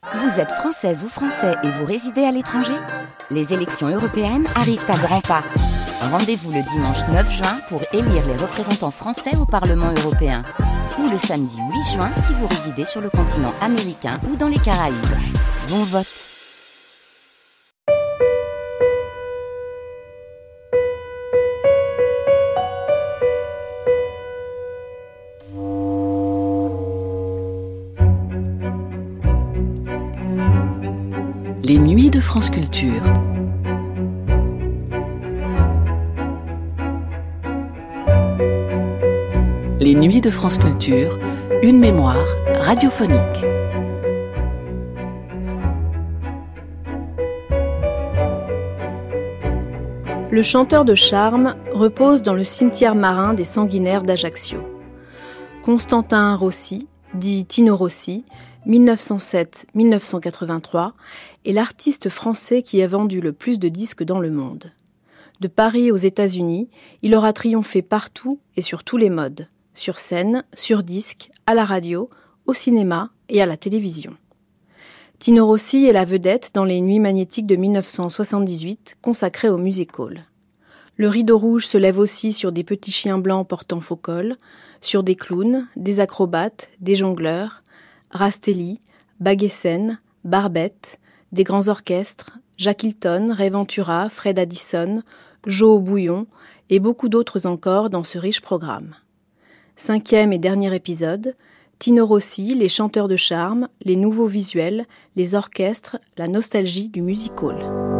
Vous êtes française ou français et vous résidez à l'étranger ? Les élections européennes arrivent à grands pas. Rendez-vous le dimanche 9 juin pour élire les représentants français au Parlement européen. Ou le samedi 8 juin si vous résidez sur le continent américain ou dans les Caraïbes. Bon vote! Les nuits de France Culture. Les nuits de France Culture, une mémoire radiophonique. Le chanteur de charme repose dans le cimetière marin des Sanguinaires d'Ajaccio. Constantin Rossi, dit Tino Rossi, 1907-1983, est l'artiste français qui a vendu le plus de disques dans le monde. De Paris aux États-Unis, il aura triomphé partout et sur tous les modes, sur scène, sur disque, à la radio, au cinéma et à la télévision. Tino Rossi est la vedette dans les Nuits magnétiques de 1978, consacrées au music-hall. Le rideau rouge se lève aussi sur des petits chiens blancs portant faux col, sur des clowns, des acrobates, des jongleurs, Rastelli, Baguessen, Barbette, des grands orchestres, Jacques Hilton, Ray Ventura, Fred Addison, Joe Bouillon et beaucoup d'autres encore dans ce riche programme. 5e et dernier épisode, Tino Rossi, les chanteurs de charme, les nouveaux visuels, les orchestres, la nostalgie du music-hall.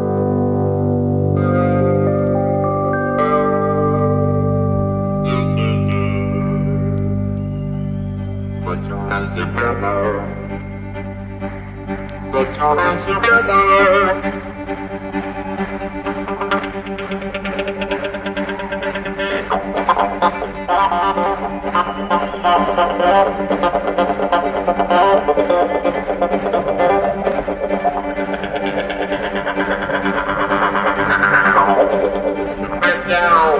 Put your hands together. Get down.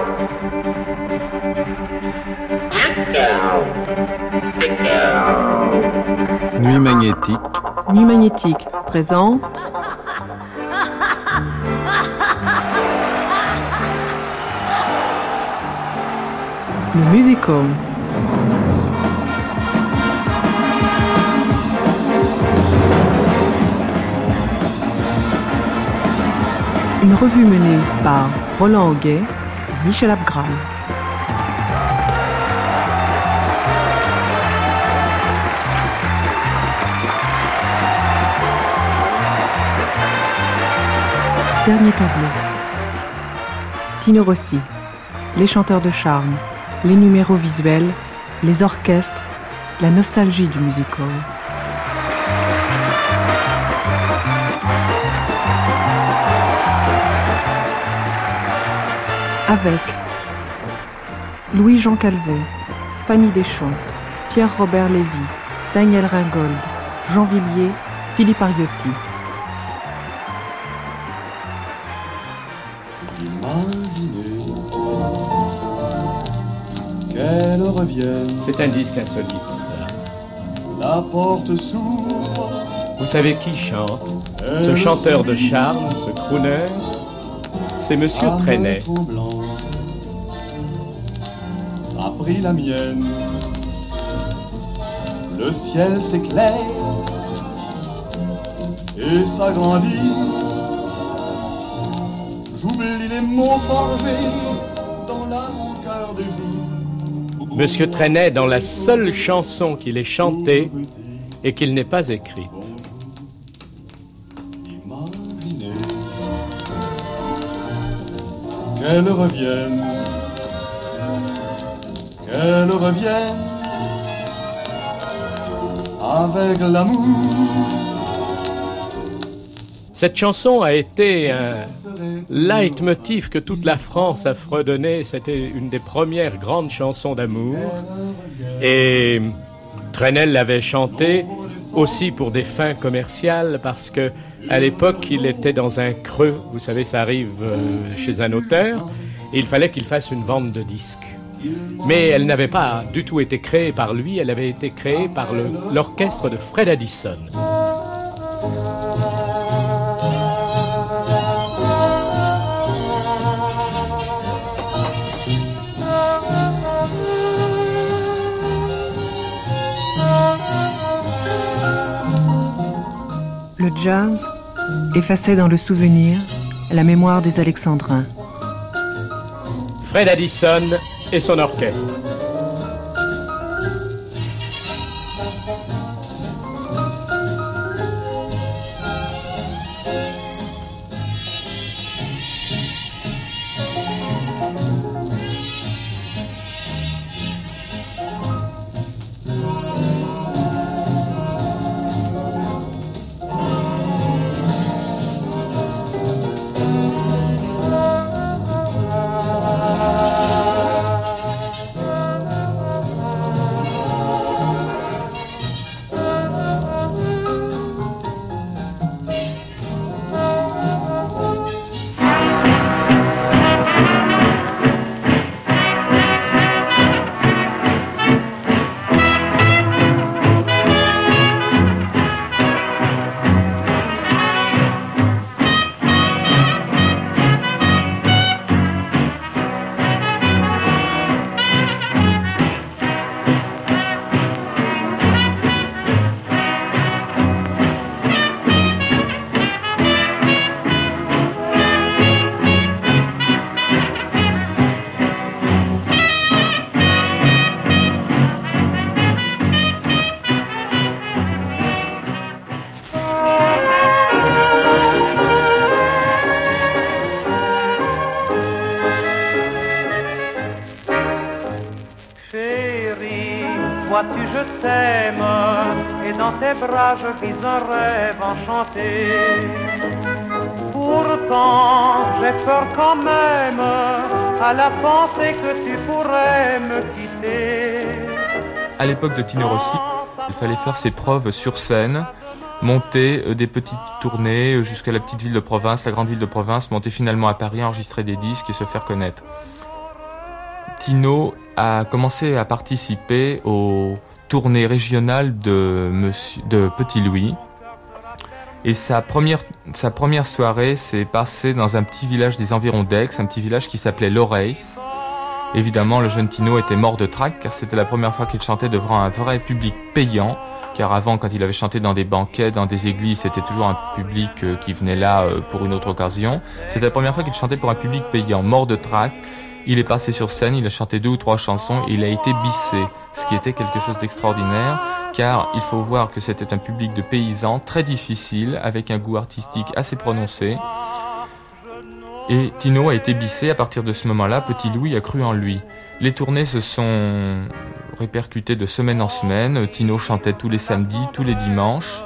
Get down. Get down. Nuit magnétique. Nuit magnétique présente le music-hall. Une revue menée par Roland Auguet et Michel Abgral. Dernier tableau. Tino Rossi, les chanteurs de charme, les numéros visuels, les orchestres, la nostalgie du music-hall. Avec Louis-Jean Calvet, Fanny Deschamps, Pierre-Robert Lévy, Daniel Ringold, Jean Villiers, Philippe Ariotti. Qu'elle revienne. C'est un disque insolite, ça. La porte s'ouvre. Vous savez qui chante? Ce chanteur de charme, ce crooner, c'est Monsieur Trenet. A pris la mienne. Le ciel s'éclaire et s'agrandit. J'oublie les mots forgés dans l'âme au cœur des jours. Monsieur Trenet dans la seule chanson qu'il ait chantée et qu'il n'ait pas écrite. Imaginez qu'elle revienne, avec l'amour. Cette chanson a été un leitmotiv que toute la France a fredonné. C'était une des premières grandes chansons d'amour. Et Trenet l'avait chantée aussi pour des fins commerciales parce que à l'époque, il était dans un creux. Vous savez, ça arrive chez un auteur. Et il fallait qu'il fasse une vente de disques. Mais elle n'avait pas du tout été créée par lui. Elle avait été créée par l'orchestre de Fred Addison. Le jazz effaçait dans le souvenir la mémoire des Alexandrins. Fred Addison et son orchestre. Vois-tu, je t'aime, et dans tes bras je vis un rêve enchanté. Pourtant, j'ai peur quand même à la pensée que tu pourrais me quitter. À l'époque de Tino Rossi, il fallait faire ses preuves sur scène, monter des petites tournées jusqu'à la petite ville de province, la grande ville de province, monter finalement à Paris, enregistrer des disques et se faire connaître. Tino a commencé à participer aux tournées régionales de Petit Louis. Et sa première soirée s'est passée dans un petit village des environs d'Aix, un petit village qui s'appelait Loreis. Évidemment, le jeune Tino était mort de trac, car c'était la première fois qu'il chantait devant un vrai public payant. Car avant, quand il avait chanté dans des banquets, dans des églises, c'était toujours un public qui venait là pour une autre occasion. C'était la première fois qu'il chantait pour un public payant, mort de trac. Il est passé sur scène, il a chanté 2 ou 3 chansons et il a été bissé, ce qui était quelque chose d'extraordinaire, car il faut voir que c'était un public de paysans très difficile, avec un goût artistique assez prononcé. Et Tino a été bissé. À partir de ce moment-là, Petit Louis a cru en lui. Les tournées se sont répercutées de semaine en semaine. Tino chantait tous les samedis, tous les dimanches.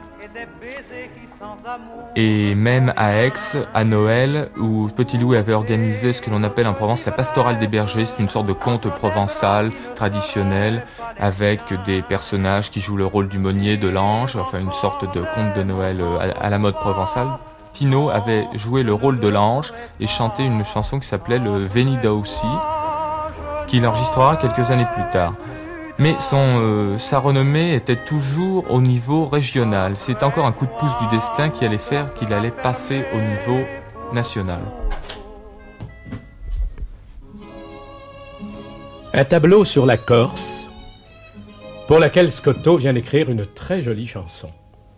Et même à Aix, à Noël, où Petit Louis avait organisé ce que l'on appelle en Provence la pastorale des bergers. C'est une sorte de conte provençal, traditionnel, avec des personnages qui jouent le rôle du meunier, de l'ange, enfin une sorte de conte de Noël à la mode provençale. Tino avait joué le rôle de l'ange et chanté une chanson qui s'appelait le Venida aussi, qu'il enregistrera quelques années plus tard. Mais sa renommée était toujours au niveau régional. C'est encore un coup de pouce du destin qui allait faire qu'il allait passer au niveau national. Un tableau sur la Corse, pour laquelle Scotto vient d'écrire une très jolie chanson.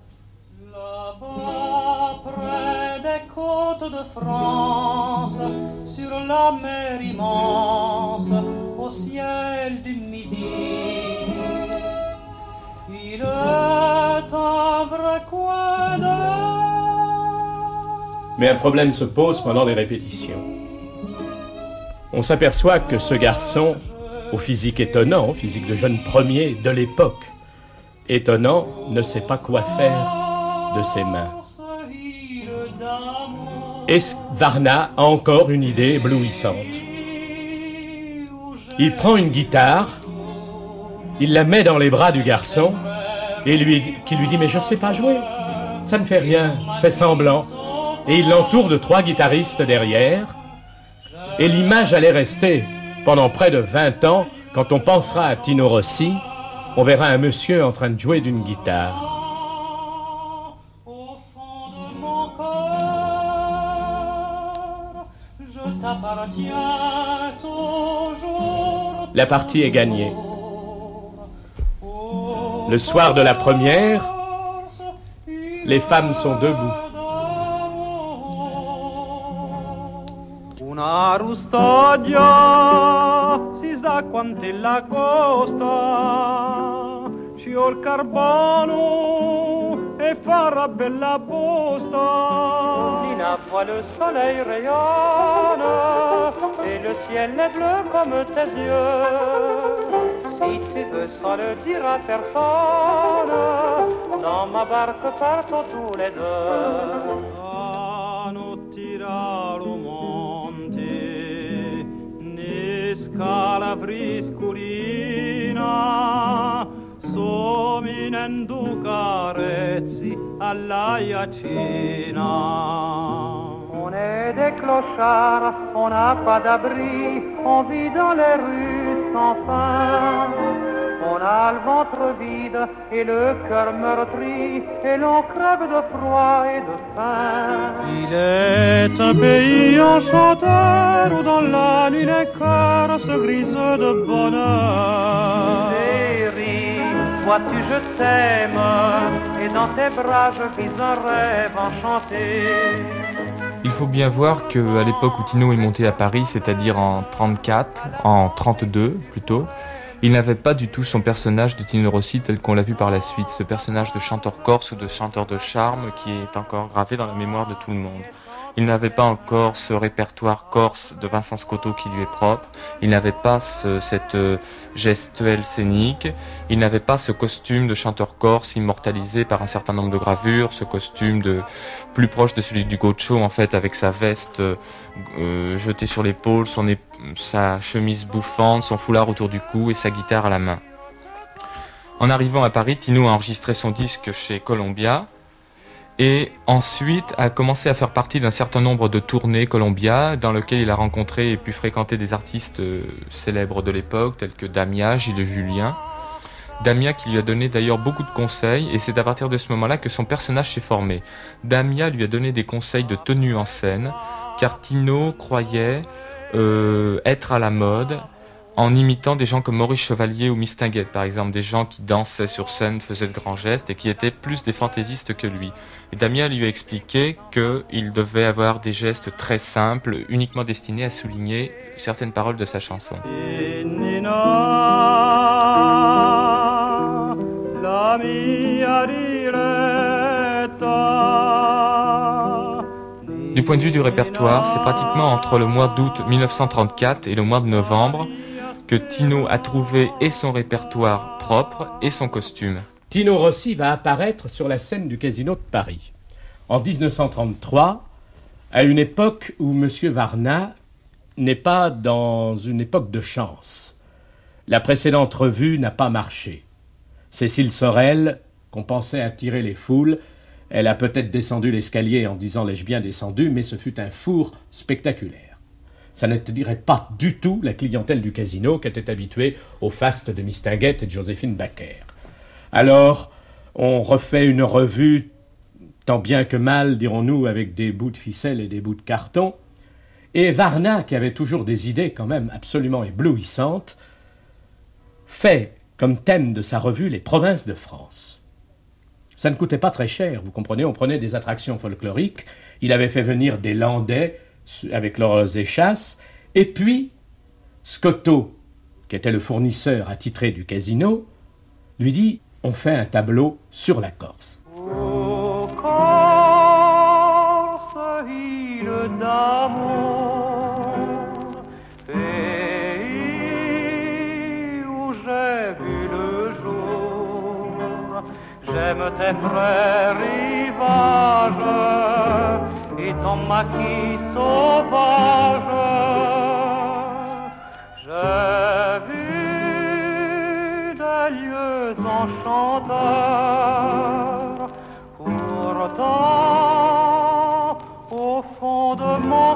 Là-bas, près des côtes de France, sur la mer immense, au ciel du midi, il est un vrai coin de... Mais un problème se pose pendant les répétitions. On s'aperçoit que ce garçon, au physique étonnant, physique de jeune premier de l'époque, étonnant, ne sait pas quoi faire de ses mains. Et Varna a encore une idée éblouissante. Il prend une guitare, il la met dans les bras du garçon, et qui lui dit « Mais je ne sais pas jouer, ça ne fait rien, fais semblant ». Et il l'entoure de 3 guitaristes derrière, et l'image allait rester pendant près de 20 ans. Quand on pensera à Tino Rossi, on verra un monsieur en train de jouer d'une guitare. Au fond de mon corps, je t'appartiens toujours. La partie est gagnée. Le soir de la première, les femmes sont debout. Una rustodia si sa quant'ella costa, ci ho il carbano e farà bella posta. In acqua le soleil rayonne et le ciel est bleu comme tes yeux. Si tu veux sans le dire à personne, dans ma barque partons tous les deux. A non tirare monte, ne scala frisculina, sominendo carezzi alla iacina. On est des clochards, on n'a pas d'abri, on vit dans les rues sans fin. On a le ventre vide et le cœur meurtri, et l'on crève de froid et de faim. Il est un pays enchanteur où dans la nuit les cœurs se grisent de bonheur. Chérie, vois-tu je t'aime, et dans tes bras je vis un rêve enchanté. Il faut bien voir qu'à l'époque où Tino est monté à Paris, c'est-à-dire en 32 plutôt, il n'avait pas du tout son personnage de Tino Rossi tel qu'on l'a vu par la suite, ce personnage de chanteur corse ou de chanteur de charme qui est encore gravé dans la mémoire de tout le monde. Il n'avait pas encore ce répertoire corse de Vincent Scotto qui lui est propre, il n'avait pas cette gestuelle scénique, il n'avait pas ce costume de chanteur corse immortalisé par un certain nombre de gravures, ce costume plus proche de celui du gaucho en fait, avec sa veste jetée sur l'épaule, sa chemise bouffante, son foulard autour du cou et sa guitare à la main. En arrivant à Paris, Tino a enregistré son disque chez Columbia, et ensuite a commencé à faire partie d'un certain nombre de tournées Columbia dans lesquelles il a rencontré et pu fréquenter des artistes célèbres de l'époque tels que Damia, Gilles Julien. Damia qui lui a donné d'ailleurs beaucoup de conseils et c'est à partir de ce moment-là que son personnage s'est formé. Damia lui a donné des conseils de tenue en scène car Tino croyait être à la mode en imitant des gens comme Maurice Chevalier ou Mistinguett, par exemple, des gens qui dansaient sur scène, faisaient de grands gestes et qui étaient plus des fantaisistes que lui. Et Damia lui a expliqué qu'il devait avoir des gestes très simples, uniquement destinés à souligner certaines paroles de sa chanson. Du point de vue du répertoire, c'est pratiquement entre le mois d'août 1934 et le mois de novembre que Tino a trouvé et son répertoire propre et son costume. Tino Rossi va apparaître sur la scène du Casino de Paris en 1933, à une époque où M. Varna n'est pas dans une époque de chance. La précédente revue n'a pas marché. Cécile Sorel, qu'on pensait attirer les foules, elle a peut-être descendu l'escalier en disant « l'ai-je bien descendu », mais ce fut un four spectaculaire. Ça n'attirait pas du tout la clientèle du Casino qui était habituée au faste de Mistinguett et de Joséphine Baker. Alors, on refait une revue, tant bien que mal, dirons-nous, avec des bouts de ficelle et des bouts de carton, et Varna, qui avait toujours des idées quand même absolument éblouissantes, fait comme thème de sa revue les provinces de France. Ça ne coûtait pas très cher, vous comprenez, on prenait des attractions folkloriques, il avait fait venir des Landais avec leurs échasses, et puis Scotto, qui était le fournisseur attitré du Casino, lui dit « on fait un tableau sur la Corse ». Ô Corse, île d'amour, pays où j'ai vu le jour, j'aime tes frères rivages et ton maquis sauvage. J'ai vu des lieux enchanteurs, pourtant au fond de mon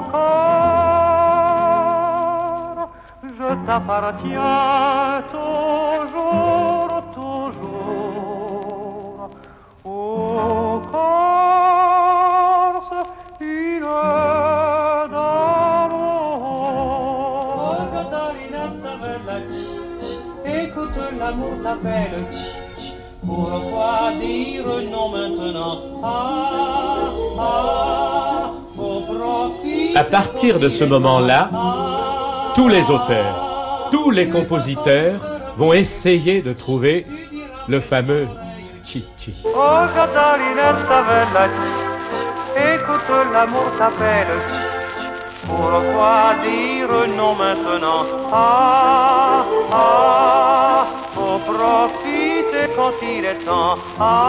cœur, je t'appartiens toujours, toujours. Ô Corse, île d'amour. Oh Catalina t'appelle, écoute l'amour t'appelle. Pourquoi dire non maintenant? maintenant. Ah, ah, au profit. À partir de ce moment-là, tous les auteurs, tous les compositeurs vont essayer de trouver le fameux Chi-Chi. Oh Catalinetta bella, écoute l'amour t'appelle. Pourquoi dire non maintenant? Ah, ah, faut profiter quand il est temps.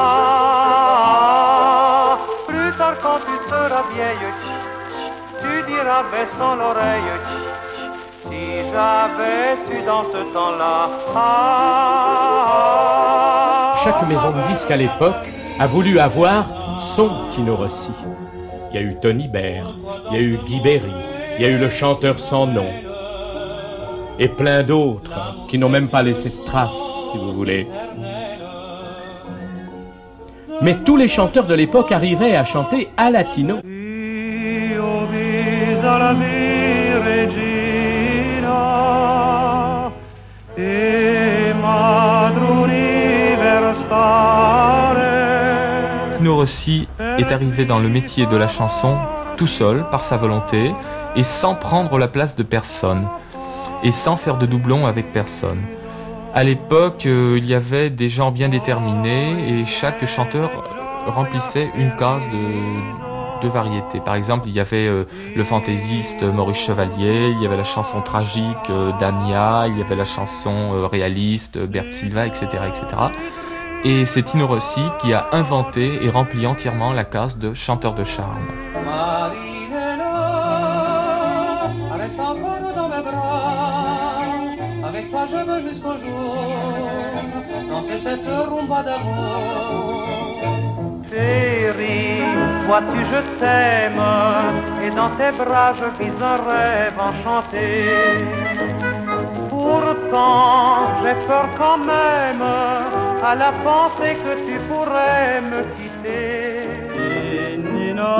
Ah, plus tard quand tu seras vieille, tu diras baissant l'oreille. Si j'avais su dans ce temps-là. Ah, chaque maison de disques à l'époque a voulu avoir son Tino Rossi. Il y a eu Tony Baird, il y a eu Guy Berry, il y a eu le chanteur sans nom, et plein d'autres qui n'ont même pas laissé de traces, si vous voulez. Mais tous les chanteurs de l'époque arrivaient à chanter à latino. Tino Rossi est arrivé dans le métier de la chanson tout seul, par sa volonté, et sans prendre la place de personne, et sans faire de doublons avec personne. À l'époque, il y avait des gens bien déterminés, et chaque chanteur remplissait une case de variété. Par exemple, il y avait le fantaisiste Maurice Chevalier, il y avait la chanson tragique Damia, il y avait la chanson réaliste Bert Silva, etc., etc. Et c'est Tino Rossi qui a inventé et rempli entièrement la case de chanteur de charme. Marinella, reste encore dans mes bras. Avec toi je veux jusqu'au jour danser cette rumba d'amour. chérie, vois-tu je t'aime, et dans tes bras je vis un rêve enchanté. Pourtant j'ai peur quand même à la pensée que tu pourrais me quitter. Nina,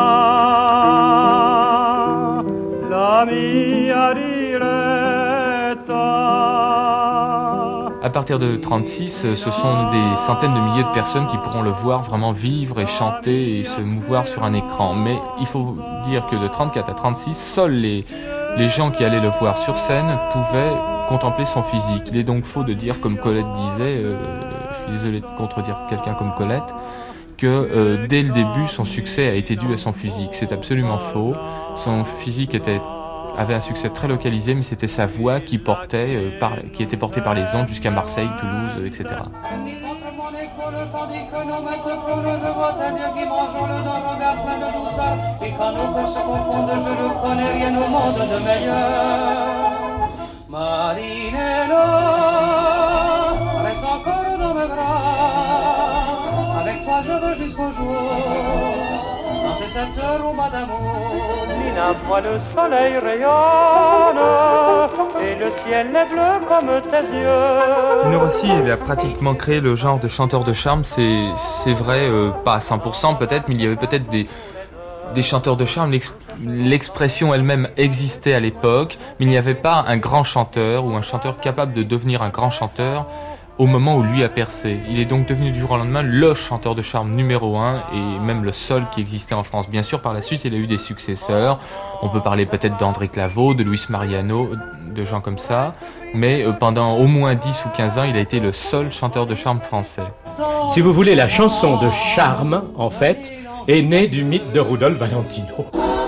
la mia diretta. À partir de 1936, ce sont des centaines de milliers de personnes qui pourront le voir vraiment vivre et chanter et se mouvoir sur un écran. Mais il faut dire que de 1934 à 1936, seuls les gens qui allaient le voir sur scène pouvaient contempler son physique. Il est donc faux de dire, comme Colette disait, je suis désolé de contredire quelqu'un comme Colette, que dès le début, son succès a été dû à son physique. C'est absolument faux. Son physique avait un succès très localisé, mais c'était sa voix qui était portée par les ondes jusqu'à Marseille, Toulouse, etc. Marinella, reste encore dans mes bras. Avec toi je veux jusqu'au jour danser cette rumba d'amour. Nina, moi le soleil rayonne et le ciel est bleu comme tes yeux. Tino Rossi, il a pratiquement créé le genre de chanteur de charme. C'est vrai, pas à 100% peut-être, mais il y avait peut-être des chanteurs de charme. L'expression elle-même existait à l'époque, mais il n'y avait pas un grand chanteur ou un chanteur capable de devenir un grand chanteur au moment où lui a percé. Il est donc devenu du jour au lendemain le chanteur de charme numéro 1 et même le seul qui existait en France. Bien sûr, par la suite, il a eu des successeurs. On peut parler peut-être d'André Claveau, de Luis Mariano, de gens comme ça. Mais pendant au moins 10 ou 15 ans, il a été le seul chanteur de charme français. Si vous voulez, la chanson de charme, en fait, est née du mythe de Rudolph Valentino.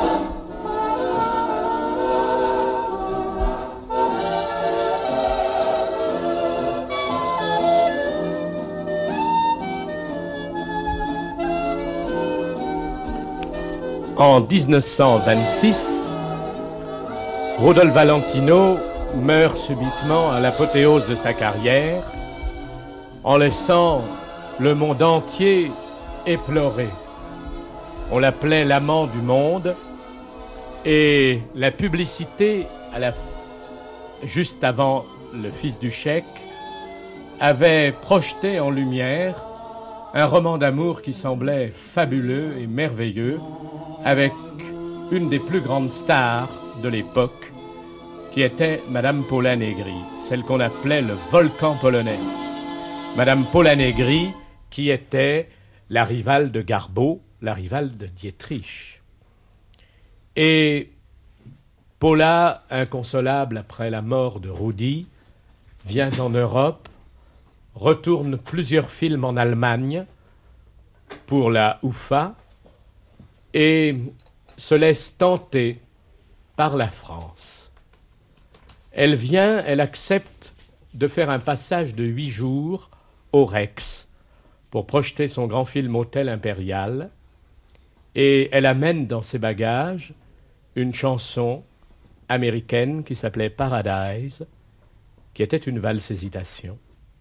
En 1926, Rudolph Valentino meurt subitement à l'apothéose de sa carrière, en laissant le monde entier éploré. On l'appelait l'amant du monde, et la publicité, juste avant Le Fils du Chèque, avait projeté en lumière un roman d'amour qui semblait fabuleux et merveilleux, avec une des plus grandes stars de l'époque, qui était Madame Paula Negri, celle qu'on appelait le volcan polonais. Madame Paula Negri, qui était la rivale de Garbeau, la rivale de Dietrich. Et Paula, inconsolable après la mort de Rudi, vient en Europe, retourne plusieurs films en Allemagne pour la UFA et se laisse tenter par la France. Elle vient, elle accepte de faire un passage de 8 jours au Rex pour projeter son grand film Hôtel Impérial, et elle amène dans ses bagages une chanson américaine qui s'appelait Paradise, qui était une valse-hésitation.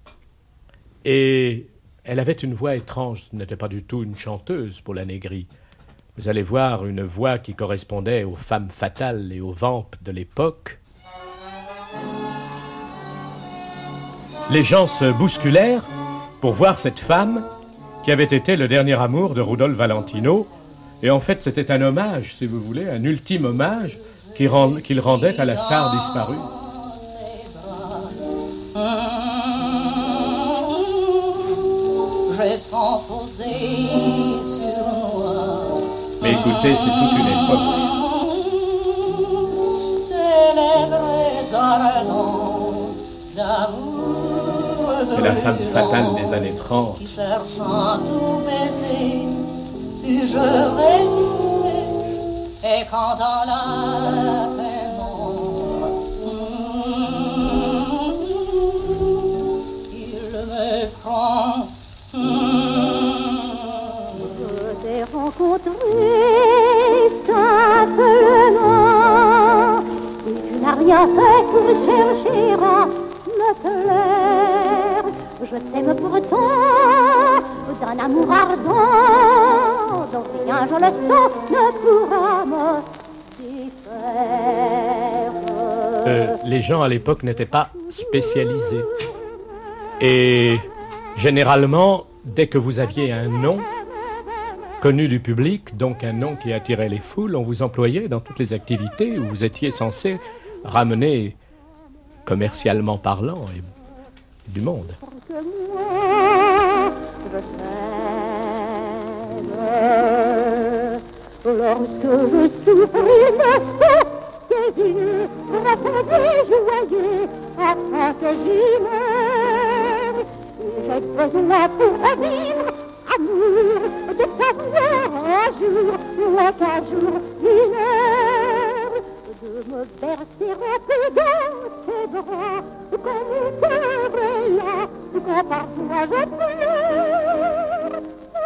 Et elle avait une voix étrange, ce n'était pas du tout une chanteuse pour la Négri. Vous allez voir une voix qui correspondait aux femmes fatales et aux vampes de l'époque. Les gens se bousculèrent pour voir cette femme qui avait été le dernier amour de Rudolph Valentino. Et en fait, c'était un hommage, si vous voulez, un ultime hommage qu'il rendait à la star disparue. Mais écoutez, c'est toute une époque. C'est la femme fatale des années 30. Puis je résistais, et quand dans la pénombre, il me prend. Je t'ai rencontré simplement, et tu n'as rien fait pour chercher à me plaire. Je t'aime pourtant d'un amour ardent, dont rien, je le sens, ne pourra me distraire. Les gens à l'époque n'étaient pas spécialisés. Et généralement, dès que vous aviez un nom connu du public, donc un nom qui attirait les foules, on vous employait dans toutes les activités où vous étiez censé ramener, commercialement parlant, du monde. Lorsque je souffris, me tes yeux répondis joyeux afin que j'y meure. J'ai besoin pour vivre, amour, de savoir un jour, ou qu'un jour, une heure, de me bercer un peu dans tes bras, quand mon cœur est là, quand parfois je pleure.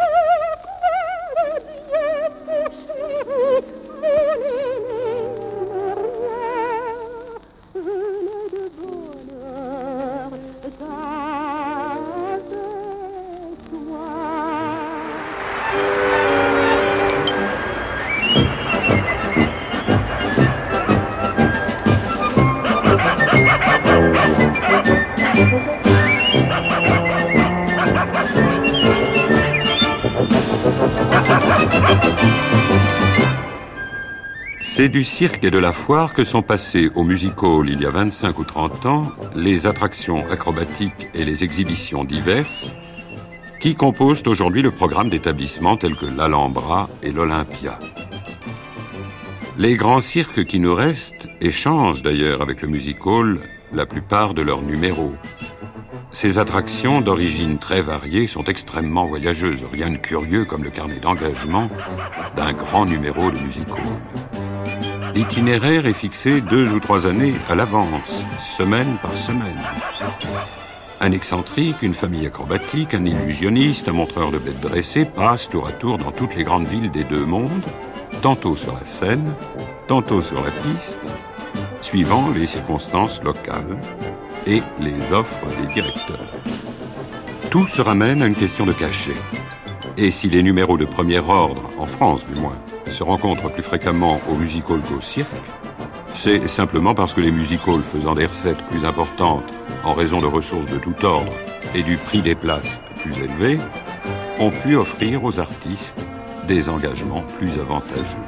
C'est du cirque et de la foire que sont passés au music-hall il y a 25 ou 30 ans les attractions acrobatiques et les exhibitions diverses qui composent aujourd'hui le programme d'établissements tels que l'Alhambra et l'Olympia. Les grands cirques qui nous restent échangent d'ailleurs avec le music-hall la plupart de leurs numéros. Ces attractions d'origine très variée sont extrêmement voyageuses, rien de curieux comme le carnet d'engagement d'un grand numéro de music-hall. L'itinéraire est fixé 2 ou 3 années à l'avance, semaine par semaine. Un excentrique, une famille acrobatique, un illusionniste, un montreur de bêtes dressées passent tour à tour dans toutes les grandes villes des 2 mondes, tantôt sur la scène, tantôt sur la piste, suivant les circonstances locales et les offres des directeurs. Tout se ramène à une question de cachet. Et si les numéros de premier ordre, en France du moins, se rencontrent plus fréquemment au music-hall qu'au cirque, c'est simplement parce que les music-halls faisant des recettes plus importantes en raison de ressources de tout ordre et du prix des places plus élevé, ont pu offrir aux artistes des engagements plus avantageux.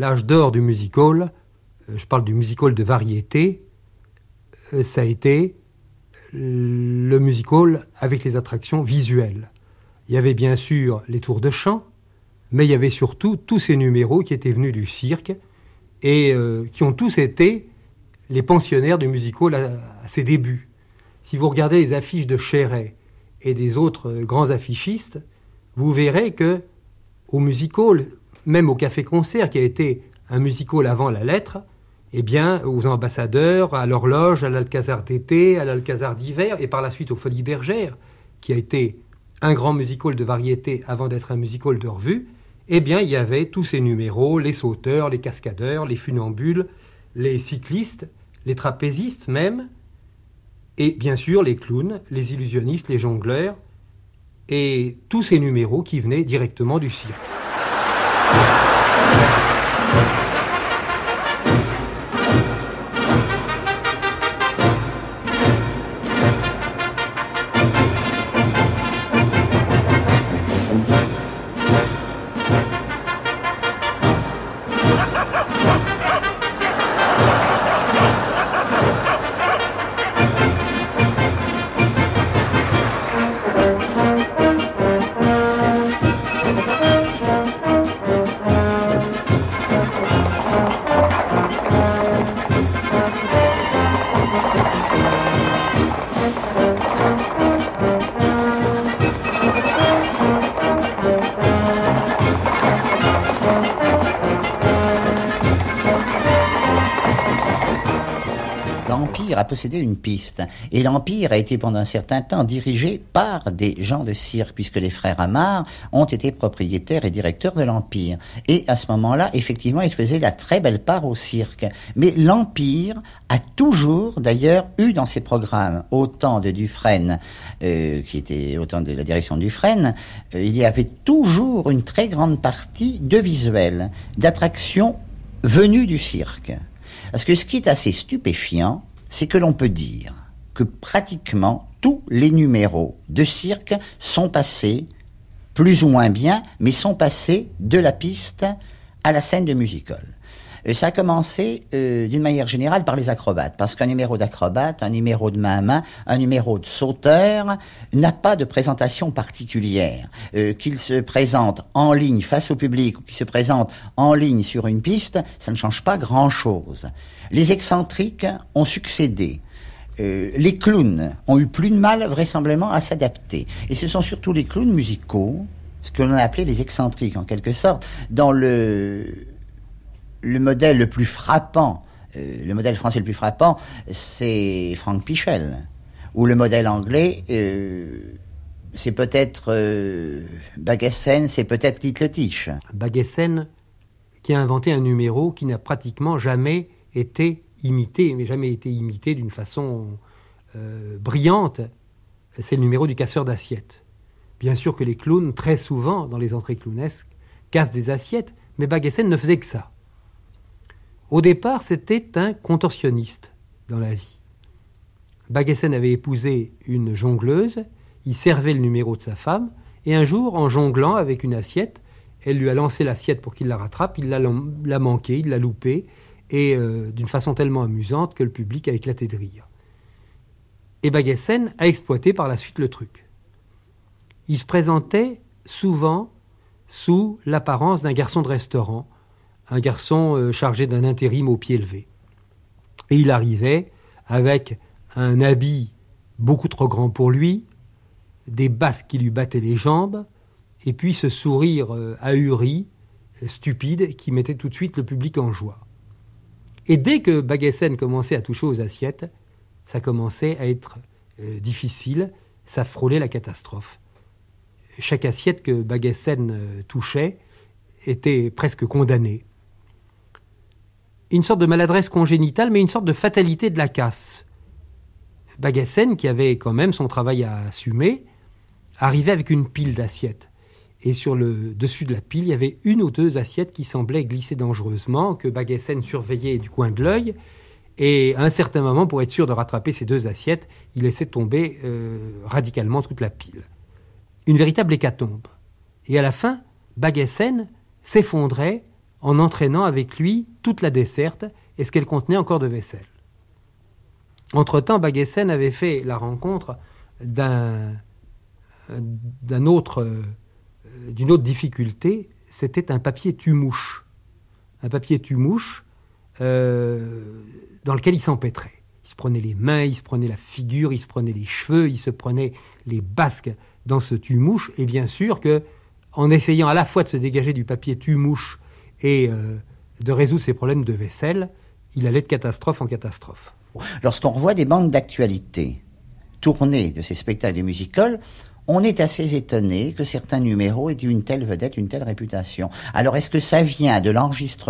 l'âge d'or du music-hall, je parle du music-hall de variété, ça a été le music-hall avec les attractions visuelles. Il y avait bien sûr les tours de chant, mais il y avait surtout tous ces numéros qui étaient venus du cirque et qui ont tous été les pensionnaires du music-hall à ses débuts. Si vous regardez les affiches de Chéret et des autres grands affichistes, vous verrez que au music-hall, même au Café-Concert, qui a été un music-hall avant la lettre, eh bien, aux Ambassadeurs, à l'Horloge, à l'Alcazar d'été, à l'Alcazar d'hiver, et par la suite aux Folies Bergères, qui a été un grand music-hall de variété avant d'être un music-hall de revue, eh bien, il y avait tous ces numéros, les sauteurs, les cascadeurs, les funambules, les cyclistes, les trapézistes même, et bien sûr les clowns, les illusionnistes, les jongleurs, et tous ces numéros qui venaient directement du cirque. A possédé une piste. Et l'Empire a été pendant un certain temps dirigé par des gens de cirque, puisque les frères Amar ont été propriétaires et directeurs de l'Empire. Et à ce moment-là, effectivement, ils faisaient la très belle part au cirque. Mais l'Empire a toujours, d'ailleurs, eu dans ses programmes, au temps de Dufresne, qui était au temps de la direction de Dufresne, il y avait toujours une très grande partie de visuels, d'attractions venues du cirque. Parce que ce qui est assez stupéfiant, c'est que l'on peut dire que pratiquement tous les numéros de cirque sont passés, plus ou moins bien, mais sont passés de la piste à la scène de music-hall. Ça a commencé d'une manière générale par les acrobates, parce qu'un numéro d'acrobate, un numéro de main à main, un numéro de sauteur n'a pas de présentation particulière. Qu'il se présente en ligne face au public ou qu'il se présente en ligne sur une piste, ça ne change pas grand-chose. Les excentriques ont succédé. Les clowns ont eu plus de mal vraisemblablement à s'adapter. Et ce sont surtout les clowns musicaux, ce que l'on a appelé les excentriques en quelque sorte, dans le modèle le plus frappant, le modèle français le plus frappant, c'est Frank Pichel. Ou le modèle anglais, c'est peut-être Bagessen, c'est peut-être Littletich. Bagessen, qui a inventé un numéro qui n'a pratiquement jamais été imité, mais jamais été imité d'une façon brillante, c'est le numéro du casseur d'assiettes. Bien sûr que les clowns, très souvent, dans les entrées clownesques, cassent des assiettes, mais Bagessen ne faisait que ça. Au départ, c'était un contorsionniste dans la vie. Bagessen avait épousé une jongleuse, il servait le numéro de sa femme, et un jour, en jonglant avec une assiette, elle lui a lancé l'assiette pour qu'il la rattrape, il l'a manqué, il l'a loupé, et d'une façon tellement amusante que le public a éclaté de rire. Et Bagessen a exploité par la suite le truc. Il se présentait souvent sous l'apparence d'un garçon de restaurant, un garçon chargé d'un intérim au pied levé. Et il arrivait avec un habit beaucoup trop grand pour lui, des basques qui lui battaient les jambes, et puis ce sourire ahuri, stupide, qui mettait tout de suite le public en joie. Et dès que Bagessen commençait à toucher aux assiettes, ça commençait à être difficile, ça frôlait la catastrophe. Chaque assiette que Bagessen touchait était presque condamnée. Une sorte de maladresse congénitale, mais une sorte de fatalité de la casse. Bagessen, qui avait quand même son travail à assumer, arrivait avec une pile d'assiettes. Et sur le dessus de la pile, il y avait une ou deux assiettes qui semblaient glisser dangereusement, que Bagessen surveillait du coin de l'œil. Et à un certain moment, pour être sûr de rattraper ces deux assiettes, il laissait tomber radicalement toute la pile. Une véritable hécatombe. Et à la fin, Bagessen s'effondrait en entraînant avec lui toute la desserte et ce qu'elle contenait encore de vaisselle. Entre-temps, Baggesen avait fait la rencontre d'une autre difficulté, c'était un papier tue-mouche. Un papier tue-mouche dans lequel il s'empêtrait. Il se prenait les mains, il se prenait la figure, il se prenait les cheveux, il se prenait les basques dans ce tue-mouche. Et bien sûr qu'en essayant à la fois de se dégager du papier tue-mouche et de résoudre ses problèmes de vaisselle, il allait de catastrophe en catastrophe. Lorsqu'on revoit des bandes d'actualité tournées de ces spectacles de music-hall, on est assez étonné que certains numéros aient une telle vedette, une telle réputation. Alors est-ce que ça vient de l'enregistrement ?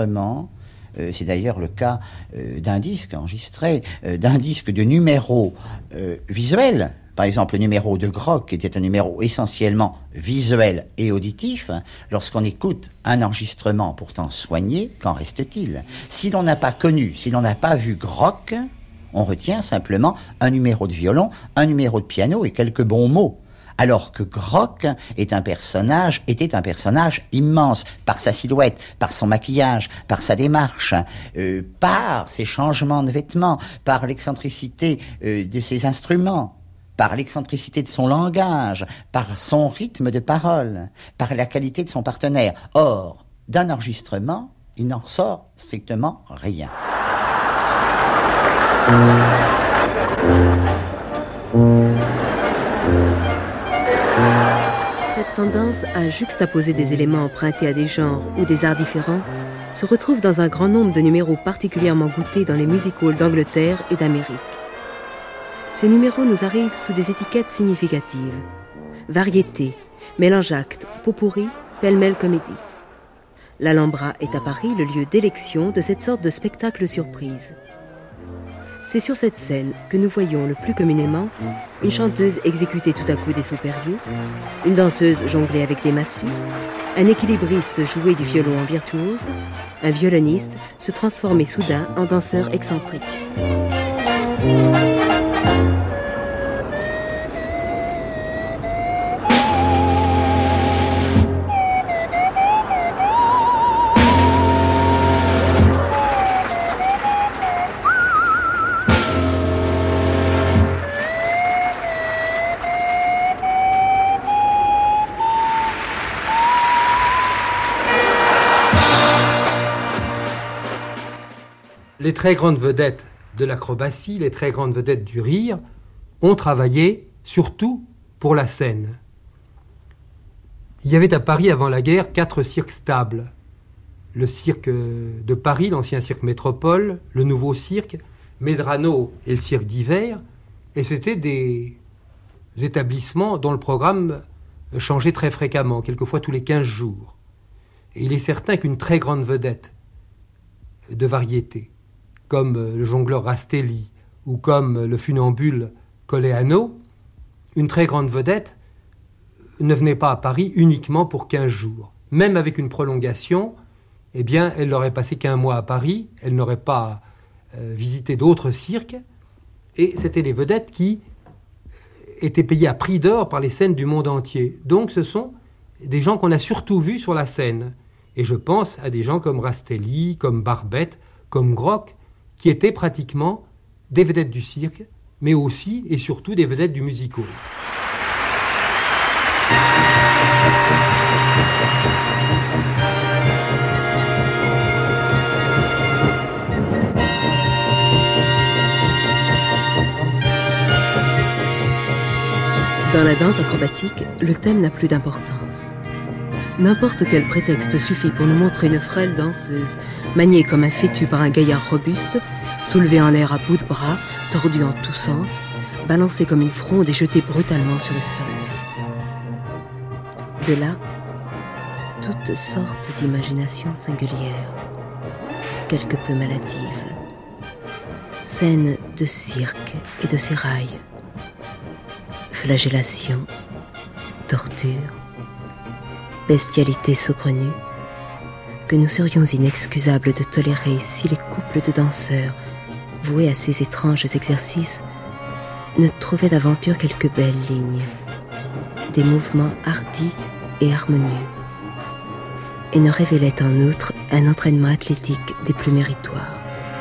C'est d'ailleurs le cas d'un disque enregistré, d'un disque de numéros visuels. Par exemple, le numéro de Grock était un numéro essentiellement visuel et auditif. Lorsqu'on écoute un enregistrement pourtant soigné, qu'en reste-t-il ? Si l'on n'a pas connu, si l'on n'a pas vu Grock, on retient simplement un numéro de violon, un numéro de piano et quelques bons mots. Alors que Grock était un personnage immense par sa silhouette, par son maquillage, par sa démarche, par ses changements de vêtements, par l'excentricité de ses instruments, par l'excentricité de son langage, par son rythme de parole, par la qualité de son partenaire. Or, d'un enregistrement, il n'en ressort strictement rien. Cette tendance à juxtaposer des éléments empruntés à des genres ou des arts différents se retrouve dans un grand nombre de numéros particulièrement goûtés dans les music-halls d'Angleterre et d'Amérique. Ces numéros nous arrivent sous des étiquettes significatives. Variété, mélange-acte, pot-pourri, pêle-mêle comédie. L'Alhambra est à Paris le lieu d'élection de cette sorte de spectacle surprise. C'est sur cette scène que nous voyons le plus communément une chanteuse exécuter tout à coup des sauts périlleux, une danseuse jongler avec des massues, un équilibriste jouer du violon en virtuose, un violoniste se transformer soudain en danseur excentrique. Les très grandes vedettes de l'acrobatie, les très grandes vedettes du rire, ont travaillé surtout pour la scène. Il y avait à Paris avant la guerre 4 cirques stables. Le cirque de Paris, l'ancien cirque Métropole, le nouveau cirque, Medrano et le cirque d'hiver. Et c'était des établissements dont le programme changeait très fréquemment, quelquefois tous les 15 jours. Et il est certain qu'une très grande vedette de variété, comme le jongleur Rastelli ou comme le funambule Colleano, une très grande vedette ne venait pas à Paris uniquement pour 15 jours. Même avec une prolongation, eh bien, elle n'aurait passé qu'1 mois à Paris, elle n'aurait pas visité d'autres cirques, et c'était des vedettes qui étaient payées à prix d'or par les scènes du monde entier. Donc ce sont des gens qu'on a surtout vus sur la scène. Et je pense à des gens comme Rastelli, comme Barbette, comme Grock, qui étaient pratiquement des vedettes du cirque, mais aussi et surtout des vedettes du music-hall. Dans la danse acrobatique, le thème n'a plus d'importance. N'importe quel prétexte suffit pour nous montrer une frêle danseuse, maniée comme un fétu par un gaillard robuste, soulevée en l'air à bout de bras, tordue en tous sens, balancée comme une fronde et jetée brutalement sur le sol. De là, toutes sortes d'imaginations singulières, quelque peu maladives. Scènes de cirque et de sérail, flagellation, torture, bestialité saugrenue, que nous serions inexcusables de tolérer si les couples de danseurs, voués à ces étranges exercices, ne trouvaient d'aventure quelques belles lignes, des mouvements hardis et harmonieux. et ne révélait en outre un entraînement athlétique des plus méritoires.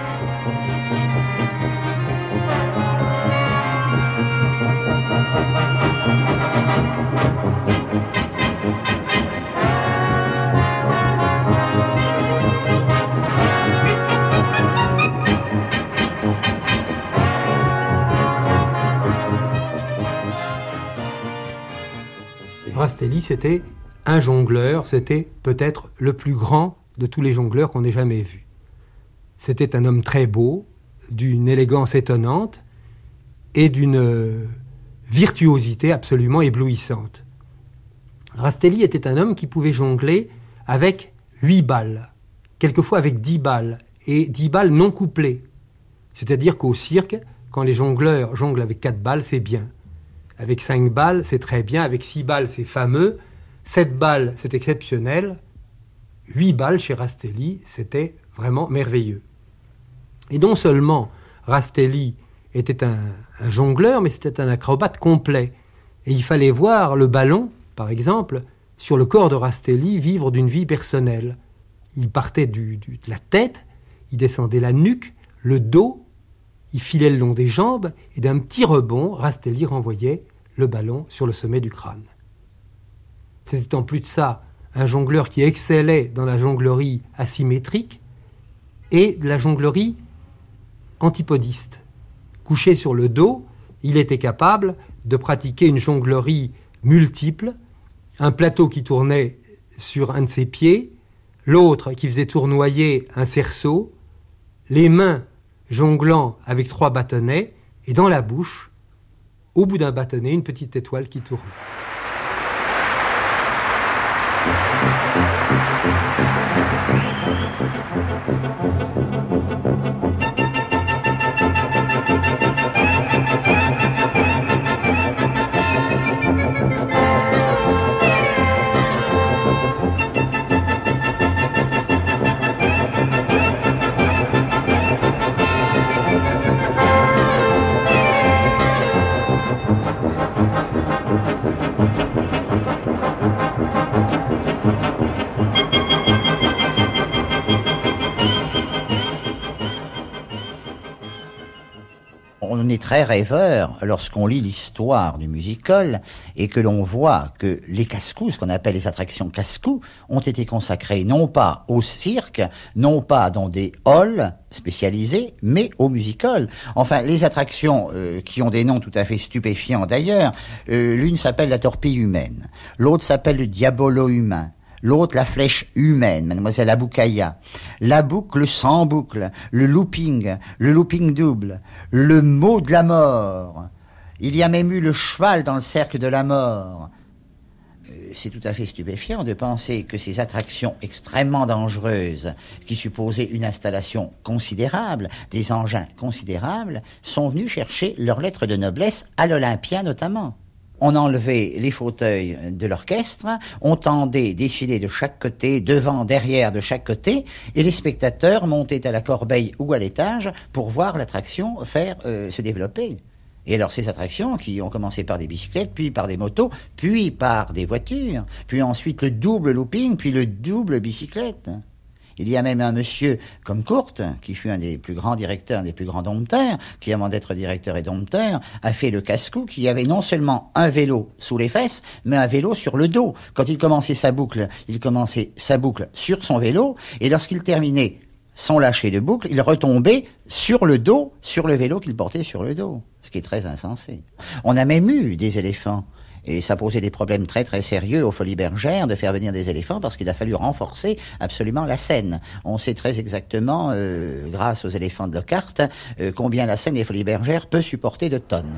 Rastelli, c'était un jongleur, c'était peut-être le plus grand de tous les jongleurs qu'on ait jamais vus. C'était un homme très beau, d'une élégance étonnante et d'une virtuosité absolument éblouissante. Rastelli était un homme qui pouvait jongler avec 8 balles, quelquefois avec 10 balles, et 10 balles non couplées. C'est-à-dire qu'au cirque, quand les jongleurs jonglent avec 4 balles, c'est bien. Avec 5 balles, c'est très bien. Avec 6 balles, c'est fameux. 7 balles, c'est exceptionnel. 8 balles chez Rastelli, c'était vraiment merveilleux. Et non seulement Rastelli était un jongleur, mais c'était un acrobate complet. Et il fallait voir le ballon, par exemple, sur le corps de Rastelli, vivre d'une vie personnelle. Il partait de la tête, il descendait la nuque, le dos, il filait le long des jambes, et d'un petit rebond, Rastelli renvoyait le ballon sur le sommet du crâne. C'était en plus de ça un jongleur qui excellait dans la jonglerie asymétrique et de la jonglerie antipodiste. Couché sur le dos, il était capable de pratiquer une jonglerie multiple, un plateau qui tournait sur un de ses pieds, l'autre qui faisait tournoyer un cerceau, les mains jonglant avec 3 bâtonnets, et dans la bouche, au bout d'un bâtonnet, une petite étoile qui tourne. On est très rêveur lorsqu'on lit l'histoire du musical et que l'on voit que les casse-coups, ce qu'on appelle les attractions casse-coups, ont été consacrées non pas au cirque, non pas dans des halls spécialisés, mais au musical. Enfin, les attractions qui ont des noms tout à fait stupéfiants d'ailleurs, l'une s'appelle la torpille humaine, l'autre s'appelle le diabolo humain, l'autre la flèche humaine, mademoiselle Aboukaya, la boucle sans boucle, le looping double, le mot de la mort. Il y a même eu le cheval dans le cercle de la mort. C'est tout à fait stupéfiant de penser que ces attractions extrêmement dangereuses, qui supposaient une installation considérable, des engins considérables, sont venus chercher leur lettre de noblesse à l'Olympia notamment. On enlevait les fauteuils de l'orchestre, on tendait des filets de chaque côté, devant, derrière, de chaque côté, et les spectateurs montaient à la corbeille ou à l'étage pour voir l'attraction faire se développer. Et alors ces attractions qui ont commencé par des bicyclettes, puis par des motos, puis par des voitures, puis ensuite le double looping, puis le double bicyclette. Il y a même un monsieur comme Kurt, qui fut un des plus grands directeurs, un des plus grands dompteurs, qui avant d'être directeur et dompteur, a fait le casse-cou, qui avait non seulement un vélo sous les fesses, mais un vélo sur le dos. Quand il commençait sa boucle sur son vélo, et lorsqu'il terminait son lâcher de boucle, il retombait sur le dos, sur le vélo qu'il portait sur le dos, ce qui est très insensé. On a même eu des éléphants. Et ça posait des problèmes très très sérieux aux Folies Bergères de faire venir des éléphants parce qu'il a fallu renforcer absolument la scène. On sait très exactement, grâce aux éléphants de Lockhart, combien la scène des Folies Bergères peut supporter de tonnes.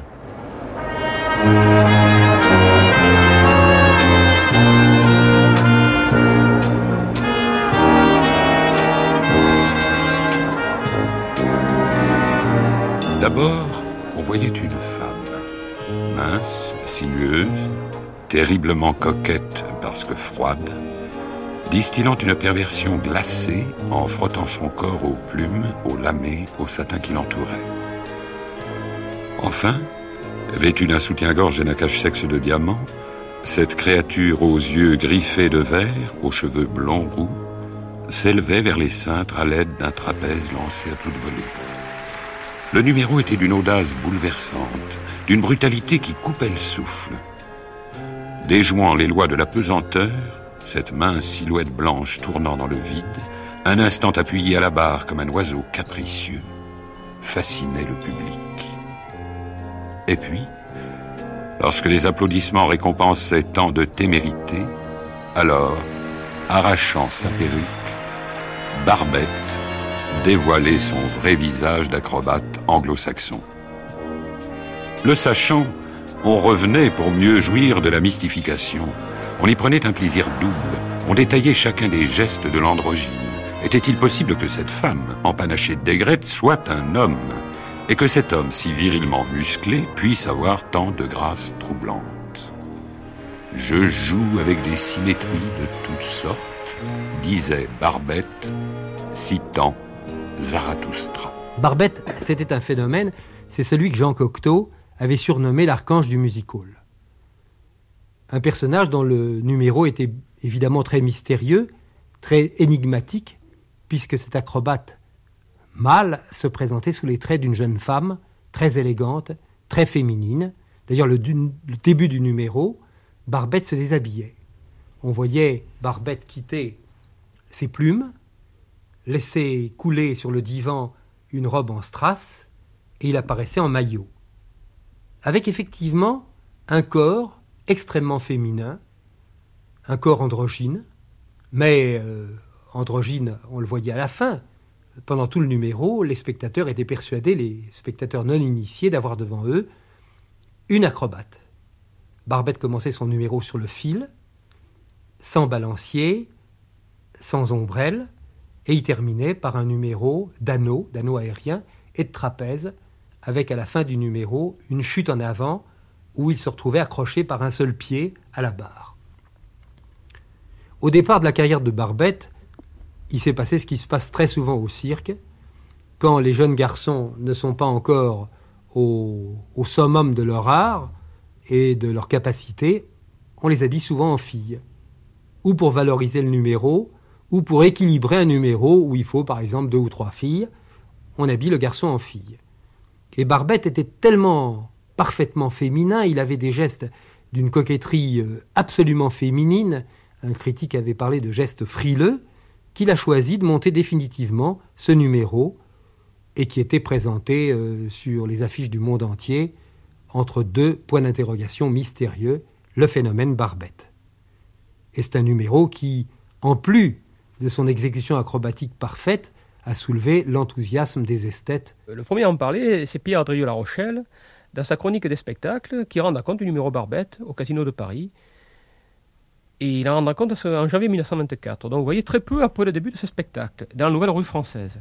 D'abord, on voyait une femme, mince, sinueuse, terriblement coquette parce que froide, distillant une perversion glacée en frottant son corps aux plumes, aux lamets, au satin qui l'entourait. Enfin, vêtue d'un soutien-gorge et d'un cache-sexe de diamant, Cette créature aux yeux griffés de verre, aux cheveux blonds roux, s'élevait vers les cintres à l'aide d'un trapèze lancé à toute volée. Le numéro était d'une audace bouleversante, d'une brutalité qui coupait le souffle. Déjouant les lois de la pesanteur, cette mince silhouette blanche tournant dans le vide, un instant appuyée à la barre comme un oiseau capricieux, fascinait le public. Et puis, lorsque les applaudissements récompensaient tant de témérité, alors, arrachant sa perruque, Barbette dévoilait son vrai visage d'acrobate anglo-saxon. Le sachant, on revenait pour mieux jouir de la mystification. On y prenait un plaisir double. On détaillait chacun des gestes de l'androgyne. Était-il possible que cette femme, empanachée d'aigrette, soit un homme, et que cet homme, si virilement musclé, puisse avoir tant de grâce troublante? Je joue avec des symétries de toutes sortes, disait Barbette, citant Zarathustra. Barbette, c'était un phénomène, c'est celui que Jean Cocteau avait surnommé l'archange du music-hall. Un personnage dont le numéro était évidemment très mystérieux, très énigmatique, puisque cet acrobate mâle se présentait sous les traits d'une jeune femme très élégante, très féminine. D'ailleurs, le début du numéro, Barbette se déshabillait. On voyait Barbette quitter ses plumes, laisser couler sur le divan une robe en strass, et il apparaissait en maillot. Avec effectivement un corps extrêmement féminin, un corps androgyne, mais androgyne, on le voyait à la fin. Pendant tout le numéro, les spectateurs étaient persuadés, les spectateurs non initiés, d'avoir devant eux une acrobate. Barbette commençait son numéro sur le fil, sans balancier, sans ombrelle, et il terminait par un numéro d'anneau aérien et de trapèze, avec à la fin du numéro une chute en avant où il se retrouvait accroché par un seul pied à la barre. Au départ de la carrière de Barbette, il s'est passé ce qui se passe très souvent au cirque, quand les jeunes garçons ne sont pas encore au summum de leur art et de leur capacité, on les habille souvent en filles, ou pour valoriser le numéro, ou pour équilibrer un numéro où il faut par exemple 2 ou 3 filles, on habille le garçon en fille. Et Barbette était tellement parfaitement féminin, il avait des gestes d'une coquetterie absolument féminine, un critique avait parlé de gestes frileux, qu'il a choisi de monter définitivement ce numéro et qui était présenté sur les affiches du monde entier entre 2 points d'interrogation mystérieux, le phénomène Barbette. Et c'est un numéro qui, en plus de son exécution acrobatique parfaite, a soulevé l'enthousiasme des esthètes. Le premier à en parler, c'est Pierre Drieux-La Rochelle, dans sa chronique des spectacles, qui rend compte du numéro Barbette au Casino de Paris. Et il en rend compte en janvier 1924. Donc vous voyez, très peu après le début de ce spectacle, dans la Nouvelle Revue Française.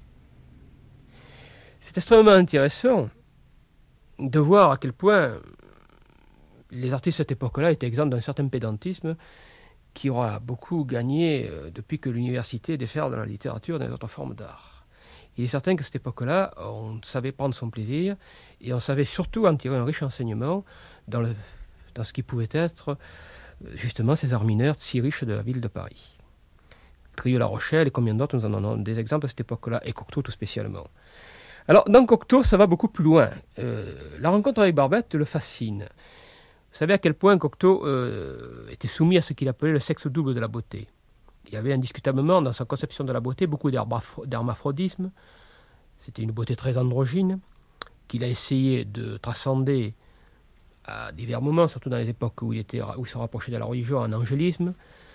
C'est extrêmement intéressant de voir à quel point les artistes de cette époque-là étaient exempts d'un certain pédantisme qui aura beaucoup gagné depuis que l'université déferle dans la littérature et dans les autres formes d'art. Il est certain qu'à cette époque-là, on savait prendre son plaisir et on savait surtout en tirer un riche enseignement dans ce qui pouvait être justement ces arts mineurs si riches de la ville de Paris. Drieux-La Rochelle et combien d'autres, nous en avons des exemples à cette époque-là, et Cocteau tout spécialement. Alors, dans Cocteau, ça va beaucoup plus loin. La rencontre avec Barbette le fascine. Vous savez à quel point Cocteau était soumis à ce qu'il appelait le sexe double de la beauté. Il y avait indiscutablement dans sa conception de la beauté beaucoup d'hermaphrodisme. C'était une beauté très androgyne qu'il a essayé de transcender à divers moments, surtout dans les époques où il se rapprochait de la religion, en angélisme.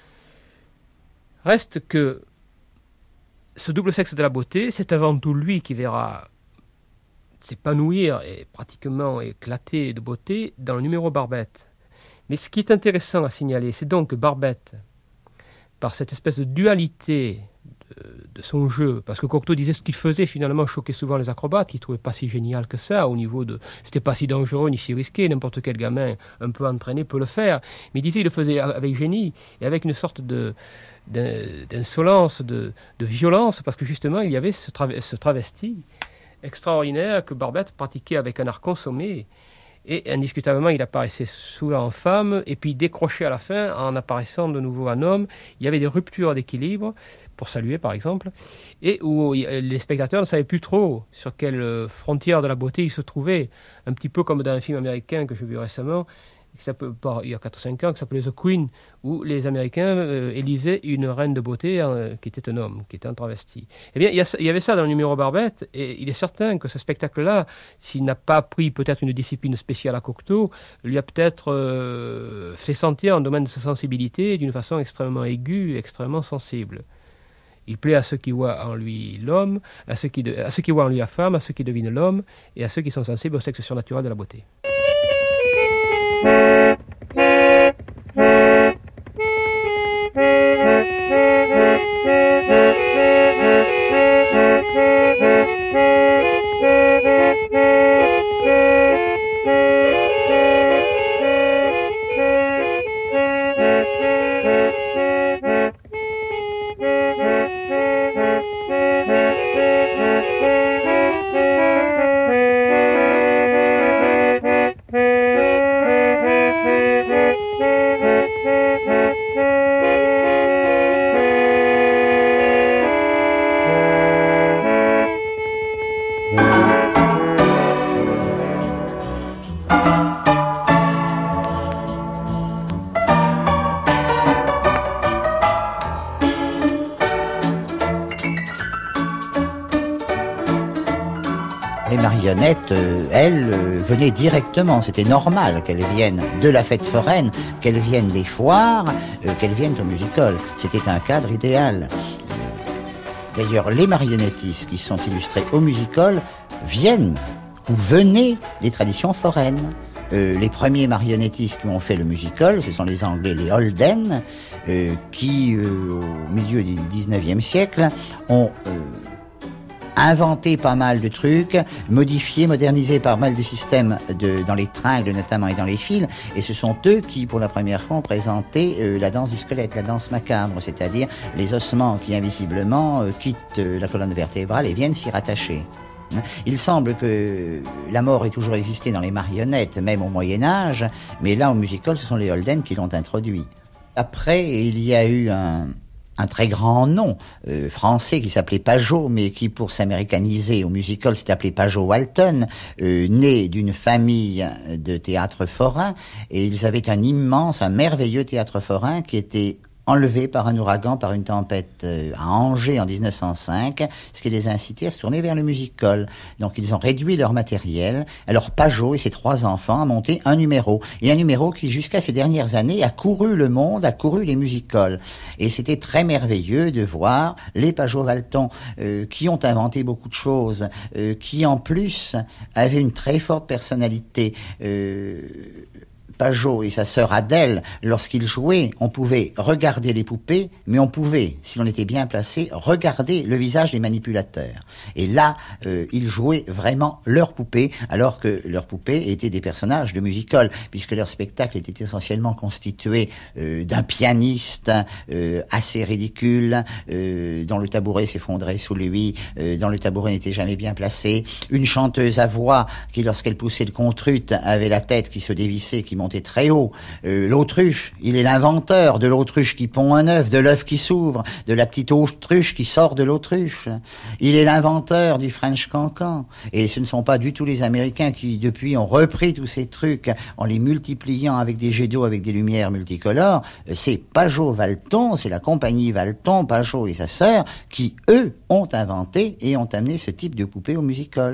Reste que ce double sexe de la beauté, c'est avant tout lui qui verra s'épanouir et pratiquement éclater de beauté dans le numéro Barbette. Mais ce qui est intéressant à signaler, c'est donc que Barbette, par cette espèce de dualité de son jeu, parce que Cocteau disait ce qu'il faisait finalement choquait souvent les acrobates, il ne trouvait pas si génial que ça, au niveau de... C'était pas si dangereux ni si risqué, n'importe quel gamin un peu entraîné peut le faire, mais il disait qu'il le faisait avec génie et avec une sorte d'insolence, de violence, parce que justement il y avait ce travesti extraordinaire que Barbette pratiquait avec un art consommé Et indiscutablement, il apparaissait souvent en femme, et puis décroché à la fin en apparaissant de nouveau en homme. Il y avait des ruptures d'équilibre, pour saluer par exemple, et où les spectateurs ne savaient plus trop sur quelle frontière de la beauté ils se trouvaient. Un petit peu comme dans un film américain que j'ai vu récemment, il y a 4 ou 5 ans, qui s'appelait The Queen, où les Américains élisaient une reine de beauté qui était un homme, qui était un travesti. Eh bien, il y avait ça dans le numéro Barbette, et il est certain que ce spectacle-là, s'il n'a pas pris peut-être une discipline spéciale à Cocteau, lui a peut-être fait sentir un domaine de sa sensibilité d'une façon extrêmement aiguë, extrêmement sensible. Il plaît à ceux qui voient en lui l'homme, à ceux qui voient en lui la femme, à ceux qui devinent l'homme, et à ceux qui sont sensibles au sexe surnaturel de la beauté. Les marionnettes, elles, venaient directement. C'était normal qu'elles viennent de la fête foraine, qu'elles viennent des foires, qu'elles viennent au musical. C'était un cadre idéal. D'ailleurs, les marionnettistes qui sont illustrés au musical viennent ou venaient des traditions foraines. Les premiers marionnettistes qui ont fait le musical, ce sont les Anglais, les Holden, qui, au milieu du 19e siècle, ont inventé pas mal de trucs, modifié, modernisé pas mal de systèmes dans les tringles notamment et dans les fils, et ce sont eux qui, pour la première fois, ont présenté la danse du squelette, la danse macabre, c'est-à-dire les ossements qui, invisiblement, quittent la colonne vertébrale et viennent s'y rattacher. Il semble que la mort ait toujours existé dans les marionnettes, même au Moyen-Âge, mais là, au musical, ce sont les Holden qui l'ont introduit. Après, il y a eu un très grand nom français qui s'appelait Pajot, mais qui, pour s'américaniser au musical, s'est appelé Pajot Walton, né d'une famille de théâtre forain, et ils avaient un merveilleux théâtre forain qui était enlevés par un ouragan, par une tempête à Angers en 1905, ce qui les a incités à se tourner vers le musical. Donc ils ont réduit leur matériel. Alors Pajot et ses 3 enfants ont monté un numéro. Et un numéro qui, jusqu'à ces dernières années, a couru le monde, a couru les musicals. Et c'était très merveilleux de voir les Pajot-Walton qui ont inventé beaucoup de choses, qui en plus avaient une très forte personnalité. Pajot et sa sœur Adèle, lorsqu'ils jouaient, on pouvait regarder les poupées, mais on pouvait, si l'on était bien placé, regarder le visage des manipulateurs. Et là, ils jouaient vraiment leurs poupées, alors que leurs poupées étaient des personnages de musical, puisque leur spectacle était essentiellement constitué d'un pianiste assez ridicule, dont le tabouret s'effondrait sous lui, dont le tabouret n'était jamais bien placé, une chanteuse à voix qui, lorsqu'elle poussait le contrute, avait la tête qui se dévissait, qui montait très haut. L'autruche, il est l'inventeur de l'autruche qui pond un œuf, de l'œuf qui s'ouvre, de la petite autruche qui sort de l'autruche. Il est l'inventeur du French cancan. Et ce ne sont pas du tout les Américains qui, depuis, ont repris tous ces trucs en les multipliant avec des jets d'eau, avec des lumières multicolores. C'est Pajot-Walton, c'est la compagnie Walton, Pajot et sa sœur, qui, eux, ont inventé et ont amené ce type de poupée au musical.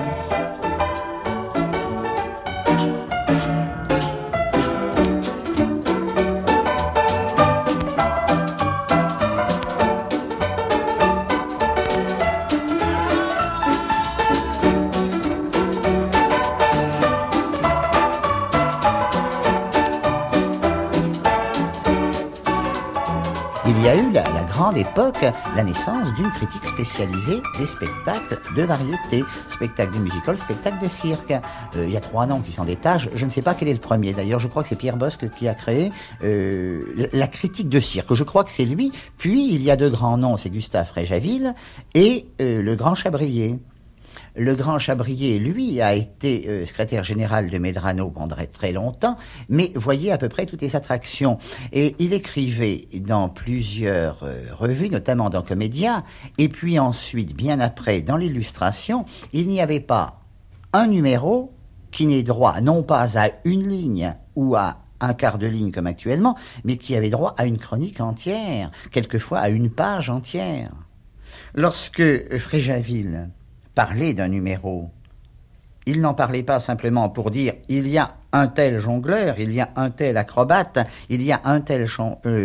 Il y a eu la grande époque, la naissance d'une critique spécialisée des spectacles de variété, spectacles de musical, spectacles de cirque. Il y a 3 noms qui s'en détachent. Je ne sais pas quel est le premier. D'ailleurs, je crois que c'est Pierre Bosque qui a créé la critique de cirque. Je crois que c'est lui. Puis, il y a 2 grands noms, c'est Gustave Fréjaville et le Grand Chabrier. Le grand Chabrier, lui, a été secrétaire général de Medrano pendant très longtemps, mais voyait à peu près toutes les attractions. Et il écrivait dans plusieurs revues, notamment dans Comédia, et puis ensuite, bien après, dans l'Illustration, il n'y avait pas un numéro qui n'ait droit non pas à une ligne ou à un quart de ligne comme actuellement, mais qui avait droit à une chronique entière, quelquefois à une page entière. Lorsque Fréjaville parlait d'un numéro, il n'en parlait pas simplement pour dire « il y a un tel jongleur, il y a un tel acrobate, il y a un tel chanteur »,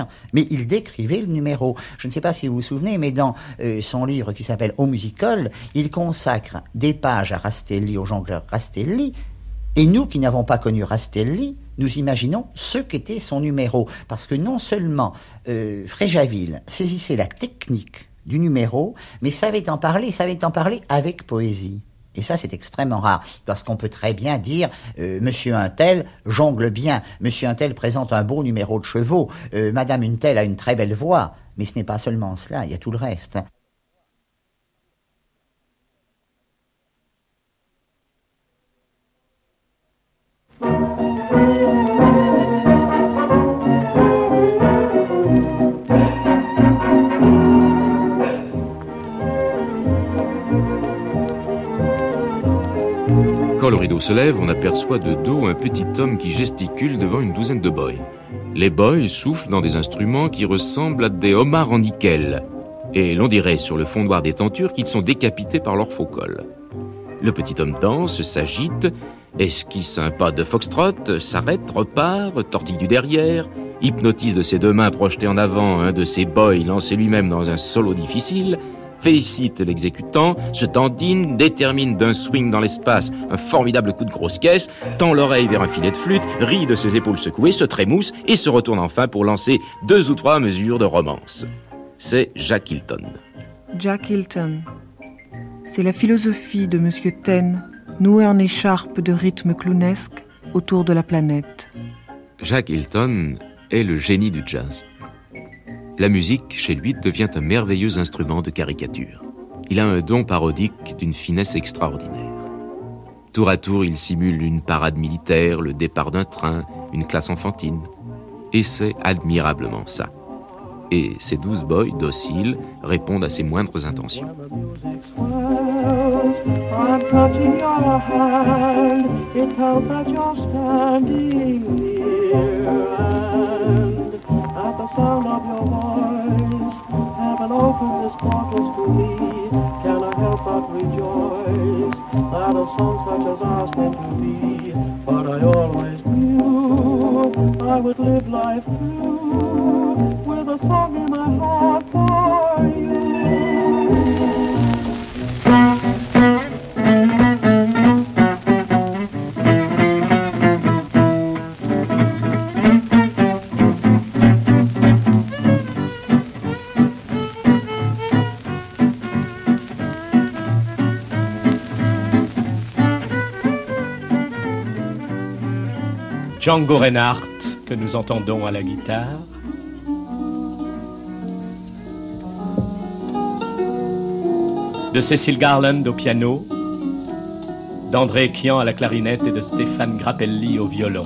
mais il décrivait le numéro. Je ne sais pas si vous vous souvenez, mais dans son livre qui s'appelle « Au musical », il consacre des pages à Rastelli, au jongleur Rastelli, et nous qui n'avons pas connu Rastelli, nous imaginons ce qu'était son numéro, parce que non seulement Fréjaville saisissait la technique du numéro, mais savait en parler avec poésie. Et ça, c'est extrêmement rare, parce qu'on peut très bien dire Monsieur un tel jongle bien, Monsieur un tel présente un beau numéro de chevaux, Madame une telle a une très belle voix, mais ce n'est pas seulement cela, il y a tout le reste. Quand le rideau se lève, on aperçoit de dos un petit homme qui gesticule devant une douzaine de boys. Les boys soufflent dans des instruments qui ressemblent à des homards en nickel. Et l'on dirait sur le fondoir des tentures qu'ils sont décapités par leur faux col. Le petit homme danse, s'agite, esquisse un pas de foxtrot, s'arrête, repart, tortille du derrière, hypnotise de ses deux mains projetées en avant un de ses boys lancé lui-même dans un solo difficile, félicite l'exécutant, se dandine, détermine d'un swing dans l'espace un formidable coup de grosse caisse, tend l'oreille vers un filet de flûte, rit de ses épaules secouées, se trémousse et se retourne enfin pour lancer 2 ou 3 mesures de romance. C'est Jack Hilton. Jack Hilton. C'est la philosophie de Monsieur Taine, nouée en écharpe de rythme clownesque autour de la planète. Jack Hilton est le génie du jazz. La musique, chez lui, devient un merveilleux instrument de caricature. Il a un don parodique d'une finesse extraordinaire. Tour à tour, il simule une parade militaire, le départ d'un train, une classe enfantine. Et c'est admirablement ça. Et ces 12 boys dociles répondent à ses moindres intentions. I'm touching your hand, it tells that you're standing near, and at the sound of your voice, heaven opens its portals to me. Can I help but rejoice that a song such as ours meant to be? But I always knew I would live life through with a song in my heart for you. Django Reinhardt, que nous entendons à la guitare. De Cécile Garland au piano, d'André Kian à la clarinette et de Stéphane Grappelli au violon.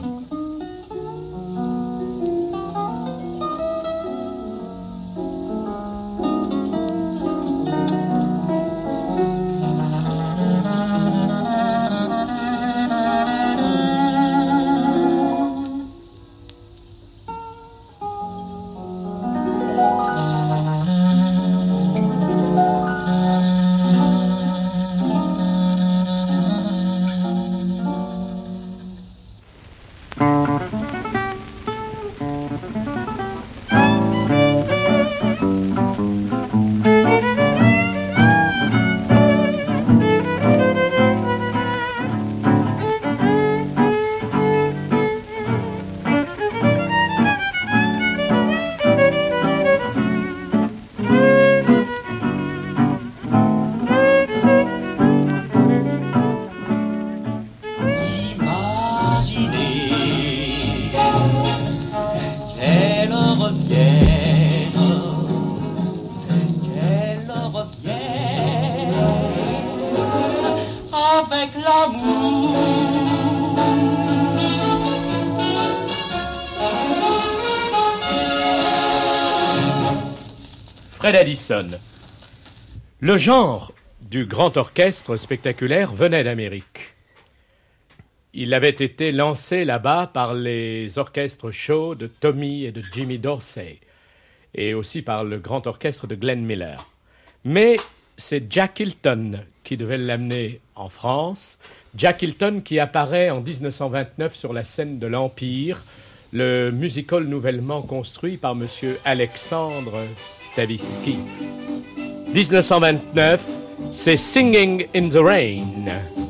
avec l'amour. Fred Addison. Le genre du grand orchestre spectaculaire venait d'Amérique. Il avait été lancé là-bas par les orchestres chauds de Tommy et de Jimmy Dorsey, et aussi par le grand orchestre de Glenn Miller. Mais c'est Jack Hilton qui devait l'amener en France. Jack Hilton qui apparaît en 1929 sur la scène de l'Empire, le musical nouvellement construit par M. Alexandre Stavisky. 1929, c'est Singing in the Rain.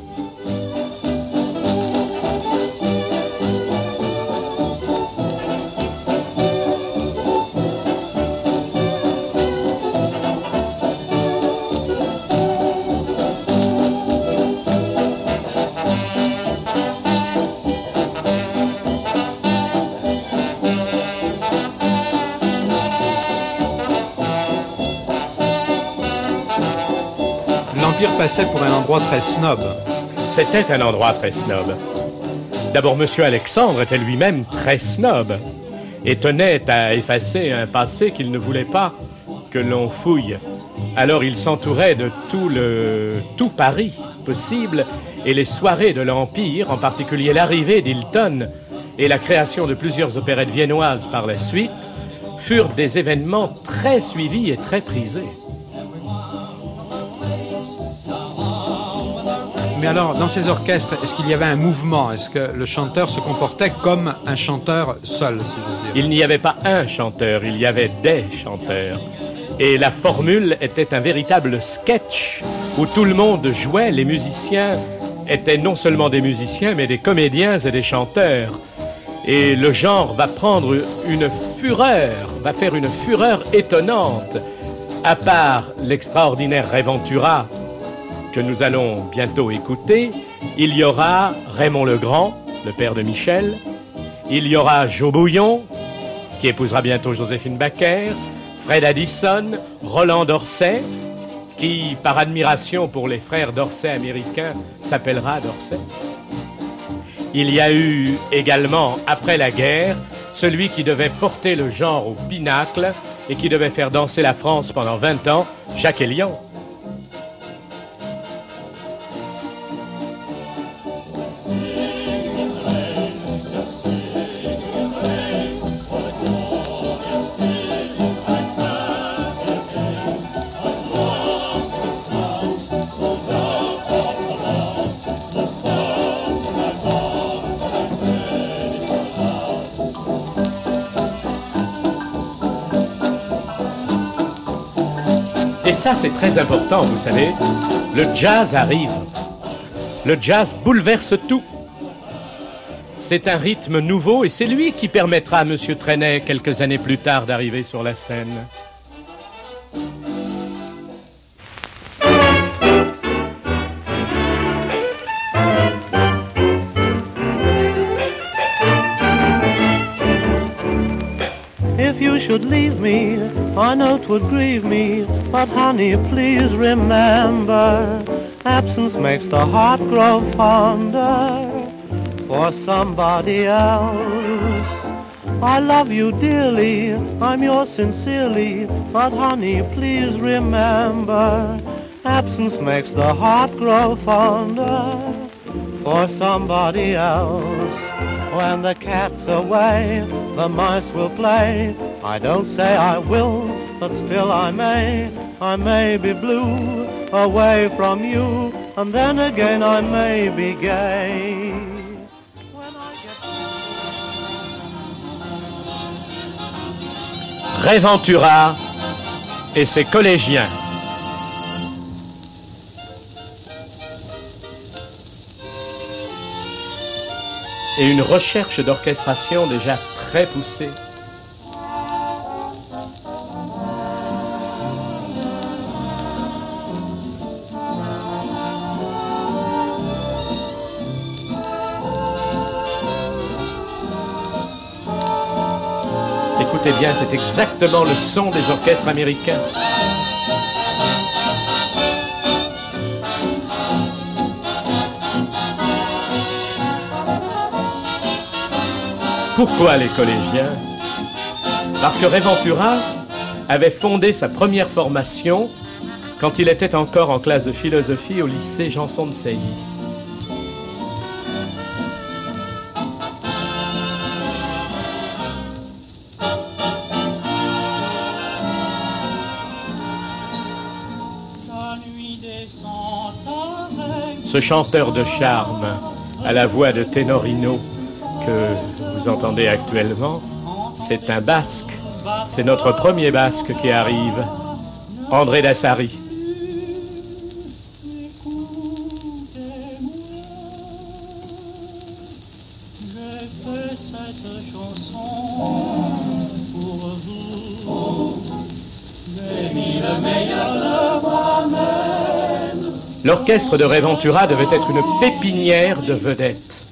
Passait pour un endroit très snob. C'était un endroit très snob. D'abord, M. Alexandre était lui-même très snob et tenait à effacer un passé qu'il ne voulait pas que l'on fouille. Alors il s'entourait de tout Paris possible, et les soirées de l'Empire, en particulier l'arrivée d'Hilton et la création de plusieurs opérettes viennoises par la suite, furent des événements très suivis et très prisés. Mais alors, dans ces orchestres, est-ce qu'il y avait un mouvement? Est-ce que le chanteur se comportait comme un chanteur seul, si j'ose dire? Il n'y avait pas un chanteur, il y avait des chanteurs. Et la formule était un véritable sketch où tout le monde jouait. Les musiciens étaient non seulement des musiciens, mais des comédiens et des chanteurs. Et le genre va prendre une fureur, va faire une fureur étonnante. À part l'extraordinaire Réventura, que nous allons bientôt écouter, il y aura Raymond Legrand, le père de Michel, il y aura Jo Bouillon, qui épousera bientôt Joséphine Baker, Fred Addison, Roland d'Orsay, qui, par admiration pour les frères d'Orsay américains, s'appellera d'Orsay. Il y a eu également, après la guerre, celui qui devait porter le genre au pinacle et qui devait faire danser la France pendant 20 ans, Jacques Elion. Et ça, c'est très important, vous savez. Le jazz arrive. Le jazz bouleverse tout. C'est un rythme nouveau et c'est lui qui permettra à M. Trenet, quelques années plus tard, d'arriver sur la scène. If you should leave me, I know 'twould grieve me, but honey, please remember, absence makes the heart grow fonder for somebody else. I love you dearly, I'm yours sincerely, but honey, please remember, absence makes the heart grow fonder for somebody else. When the cat's away, the mice will play. I don't say I will, but still I may be blue away from you, and then again I may be gay. Réventura et ses collégiens. Et une recherche d'orchestration déjà très poussée. Écoutez bien, c'est exactement le son des orchestres américains. Pourquoi les collégiens? Parce que Réventura avait fondé sa première formation quand il était encore en classe de philosophie au lycée Janson de Sailly. Ce chanteur de charme, à la voix de Ténorino, que vous entendez actuellement, c'est un basque. C'est notre premier basque qui arrive, André Dassari. L'orchestre de Réventura devait être une pépinière de vedettes.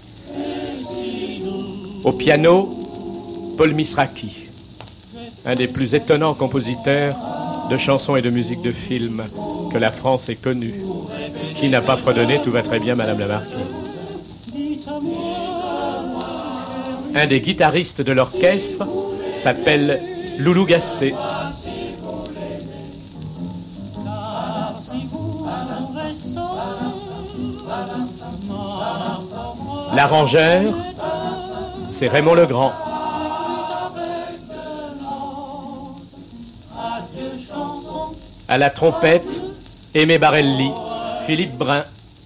Au piano, Paul Misraki, un des plus étonnants compositeurs de chansons et de musique de film que la France ait connu. Qui n'a pas fredonné, tout va très bien, Madame la Marquise. Un des guitaristes de l'orchestre s'appelle Loulou Gasté. L'arrangeur, c'est Raymond Legrand. À la trompette, Aimé Barelli, Philippe Brun.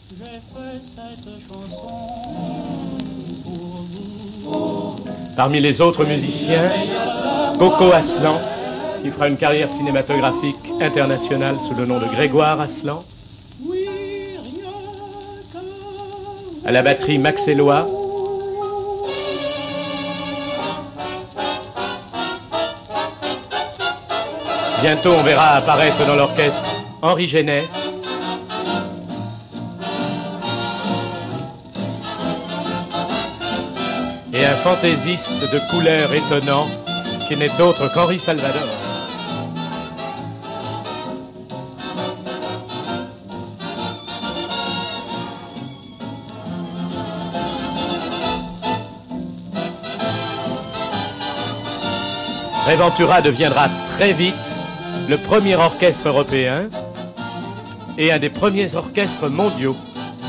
Parmi les autres musiciens, Coco Aslan, qui fera une carrière cinématographique internationale sous le nom de Grégoire Aslan. À la batterie, Max Eloi. Bientôt, on verra apparaître dans l'orchestre Henri Génès. Et un fantaisiste de couleur étonnant qui n'est autre qu'Henri Salvador. Réventura deviendra très vite le premier orchestre européen et un des premiers orchestres mondiaux.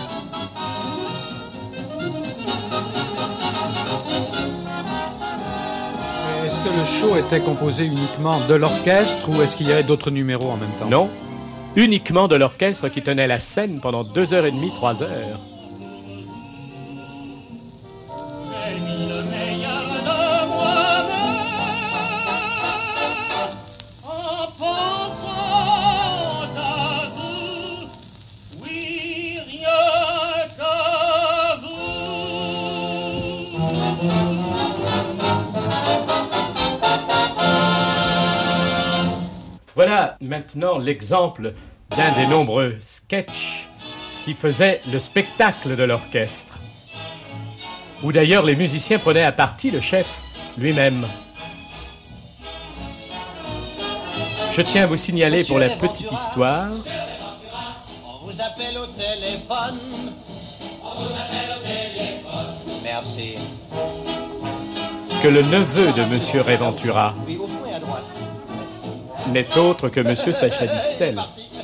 Est-ce que le show était composé uniquement de l'orchestre ou est-ce qu'il y avait d'autres numéros en même temps? Non, uniquement de l'orchestre qui tenait la scène pendant 2h30, 3 heures. Voilà maintenant l'exemple d'un des nombreux sketchs qui faisaient le spectacle de l'orchestre, où d'ailleurs les musiciens prenaient à partie le chef lui-même. Je tiens à vous signaler pour la petite histoire On vous appelle au téléphone. On vous appelle au téléphone. Merci. que le neveu de Monsieur Réventura n'est autre que Monsieur Sacha Distel.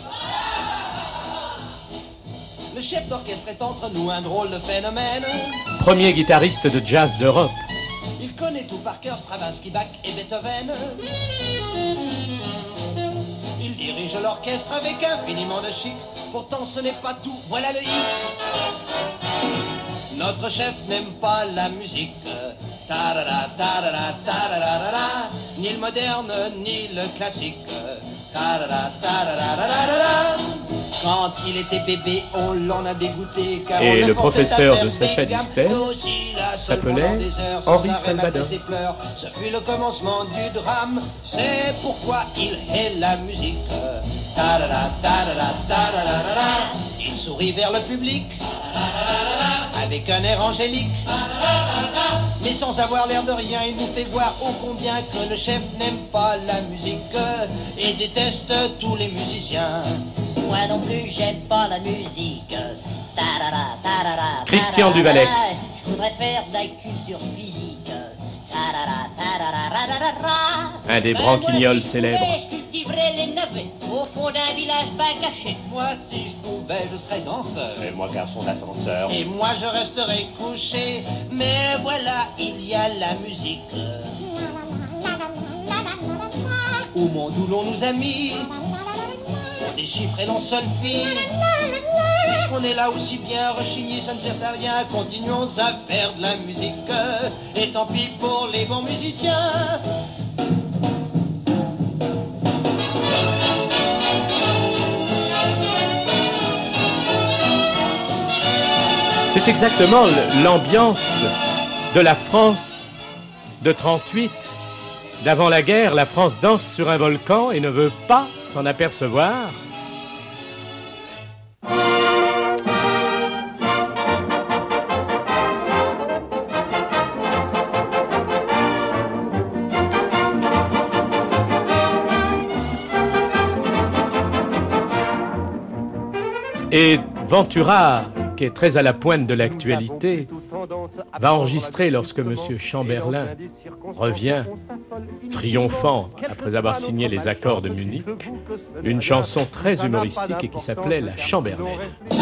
Le chef d'orchestre est entre nous un drôle de phénomène. Premier guitariste de jazz d'Europe. Il connaît tout par cœur, Stravinsky, Bach et Beethoven. Il dirige l'orchestre avec infiniment de chic. Pourtant ce n'est pas tout, voilà le hic. Notre chef n'aime pas la musique. Ta-da-da, ta-da-da, ta-da-da-da-da. Ni le moderne, ni le classique. Ta-da-da, ta-da-da-da-da-da. Quand il était bébé, on l'en a dégoûté. Car et on le forçait professeur à faire de Sacha des gammes. Distel Aussi, la seule s'appelait pendant des heures, sans Henri arrêt Salvador. malgré ses pleurs. Ce fut le commencement du drame. C'est pourquoi il hait la musique. Ta-da-da, ta-da-da, ta-da-da-da-da. Il sourit vers le public avec un air angélique. Mais sans avoir l'air de rien, il nous fait voir ô combien que le chef n'aime pas la musique et déteste tous les musiciens. Moi non plus, j'aime pas la musique. Ta-da-da, ta-da-da, Christian ta-da-da, Duvalex. Je voudrais faire de la culture physique. Un des branquignols célèbres. Les navets au fond d'un village pas caché. Moi, si je pouvais, je serais danseur. Et moi, garçon d'ascenseur. Et moi, je resterais couché. Mais voilà, il y a la musique. Au monde où l'on nous a mis des chiffres et l'on solfie. Puisqu'on est là aussi bien rechigné, ça ne sert à rien. Continuons à faire de la musique. Et tant pis pour les bons musiciens. C'est exactement l'ambiance de la France de 38. D'avant la guerre, la France danse sur un volcan et ne veut pas s'en apercevoir. Et Ventura, qui est très à la pointe de l'actualité, va enregistrer lorsque M. Chamberlain revient, triomphant, après avoir signé les accords de Munich, une chanson très humoristique et qui s'appelait La Chamberlaine.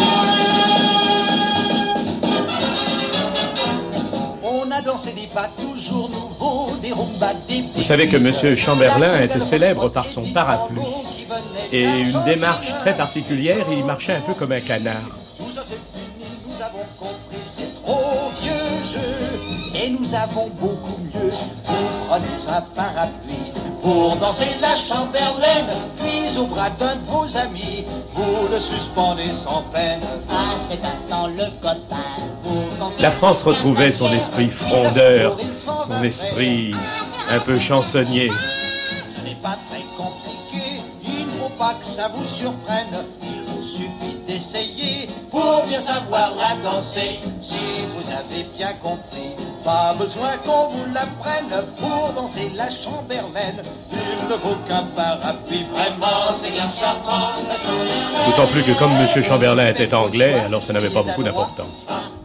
On a dansé des pas toujours nouveaux, des rumbas, des... Vous savez que M. Chamberlain était célèbre par son parapluie et une démarche très particulière, il marchait un peu comme un canard. Nous avons compris, c'est trop vieux jeu. Et nous avons beaucoup mieux. Vous prenez un parapluie pour danser la Chamberlaine. Puis au bras d'un de vos amis, vous le suspendez sans peine. À cet instant, le copain. La France retrouvait son esprit frondeur, son esprit un peu chansonnier. Ce n'est pas très compliqué, il ne faut pas que ça vous surprenne. Il vous suffit d'essayer pour bien savoir la danser. Si vous avez bien compris, pas besoin qu'on vous l'apprenne. Pour danser la Chamberlaine, il ne faut qu'un parapluie. Vraiment, c'est bien charmant. D'autant plus que comme M. Chamberlain était anglais, alors ça n'avait pas beaucoup d'importance.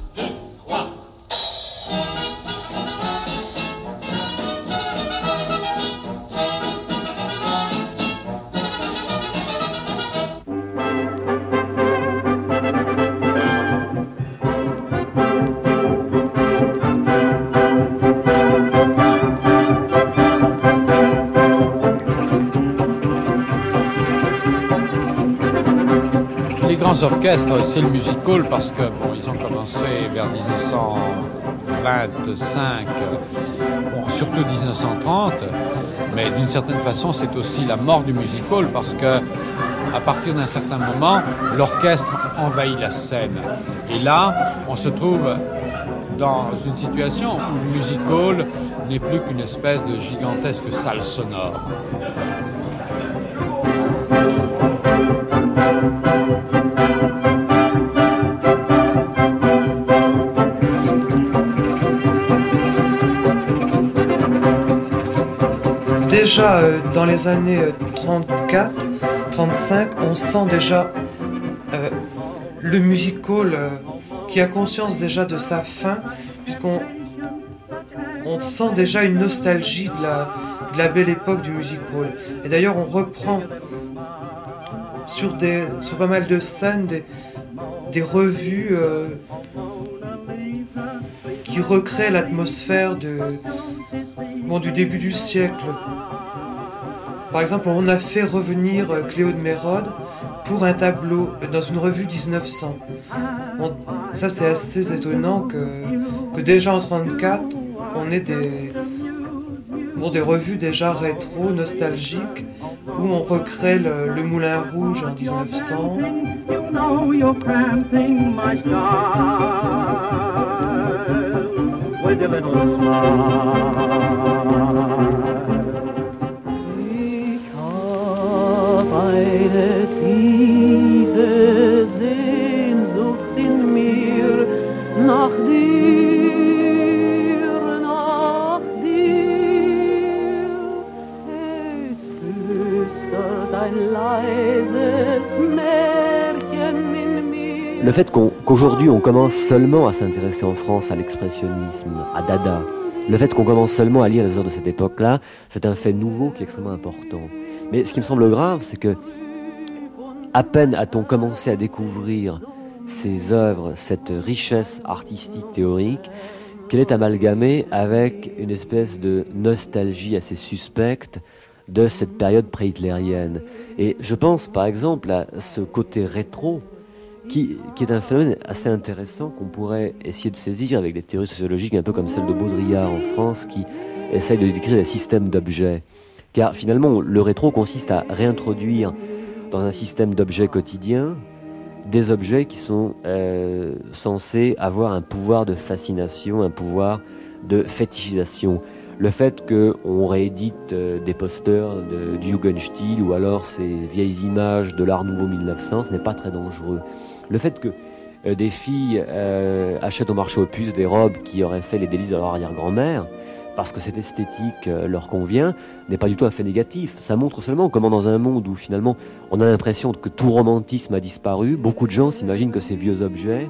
Les grands orchestres, c'est le music hall parce que bon, ils ont commencé vers 1925, bon, surtout 1930, mais d'une certaine façon, c'est aussi la mort du music hall parce que à partir d'un certain moment, l'orchestre envahit la scène. Et là, on se trouve dans une situation où le music hall n'est plus qu'une espèce de gigantesque salle sonore. Déjà dans les années 34, 35, on sent déjà le music hall qui a conscience déjà de sa fin, puisqu'on sent déjà une nostalgie de la belle époque du music hall. Et d'ailleurs, on reprend sur pas mal de scènes des revues qui recréent l'atmosphère du début du siècle. Par exemple, on a fait revenir Cléo de Mérode pour un tableau dans une revue 1900. Ça, c'est assez étonnant que déjà en 1934, on ait des revues déjà rétro, nostalgiques, où on recrée le Moulin Rouge en 1900. Eine tiefe Sehnsucht in mir nach dir, nach dir. Es flüstert ein leises Märchen in mir. le fait qu'aujourd'hui on commence seulement à s'intéresser en France à l'expressionnisme, à Dada, le fait qu'on commence seulement à lire les œuvres de cette époque-là, c'est un fait nouveau qui est extrêmement important. Mais ce qui me semble grave, c'est que à peine a-t-on commencé à découvrir ces œuvres, cette richesse artistique théorique, qu'elle est amalgamée avec une espèce de nostalgie assez suspecte de cette période pré-hitlérienne. Et je pense par exemple à ce côté rétro, qui est un phénomène assez intéressant qu'on pourrait essayer de saisir avec des théories sociologiques un peu comme celle de Baudrillard en France, qui essaye de décrire des systèmes d'objets. Car finalement, le rétro consiste à réintroduire dans un système d'objets quotidiens des objets qui sont censés avoir un pouvoir de fascination, un pouvoir de fétichisation. Le fait qu'on réédite des posters du Jugendstil ou alors ces vieilles images de l'Art Nouveau 1900, ce n'est pas très dangereux. Le fait que des filles achètent au marché aux puces des robes qui auraient fait les délices de leur arrière-grand-mère, parce que cette esthétique leur convient, n'est pas du tout un fait négatif. Ça montre seulement comment dans un monde où finalement on a l'impression que tout romantisme a disparu, beaucoup de gens s'imaginent que ces vieux objets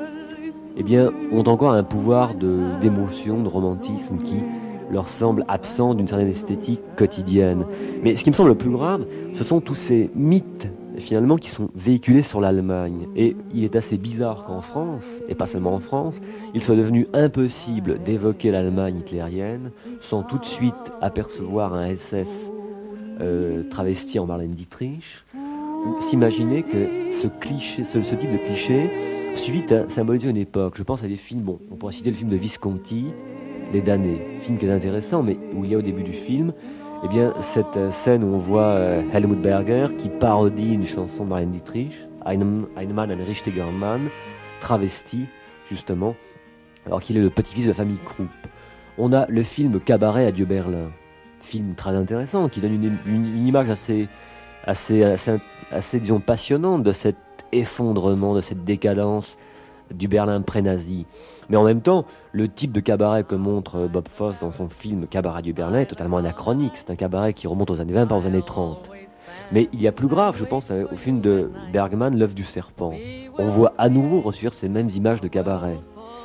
ont encore un pouvoir d'émotion, de romantisme qui leur semble absent d'une certaine esthétique quotidienne. Mais ce qui me semble le plus grave, ce sont tous ces mythes finalement qui sont véhiculés sur l'Allemagne. Et il est assez bizarre qu'en France, et pas seulement en France, il soit devenu impossible d'évoquer l'Allemagne hitlérienne sans tout de suite apercevoir un SS travesti en Marlène Dietrich, ou s'imaginer que ce type de cliché suffit à symboliser une époque. Je pense à des films, on pourrait citer le film de Visconti, Les Damnés, film qui est intéressant, mais où il y a au début du film cette scène où on voit Helmut Berger qui parodie une chanson de Marlène Dietrich, Ein Mann, ein richtiger Mann, travesti, justement, alors qu'il est le petit-fils de la famille Krupp. On a le film Cabaret, Adieu Berlin, film très intéressant, qui donne une image assez, disons, passionnante de cet effondrement, de cette décadence du Berlin pré-nazi. Mais en même temps, le type de cabaret que montre Bob Fosse dans son film Cabaret du Berlin est totalement anachronique. C'est un cabaret qui remonte aux années 20, pas aux années 30. Mais il y a plus grave, je pense au film de Bergman, L'œuf du serpent. On voit à nouveau ressurgir ces mêmes images de cabaret.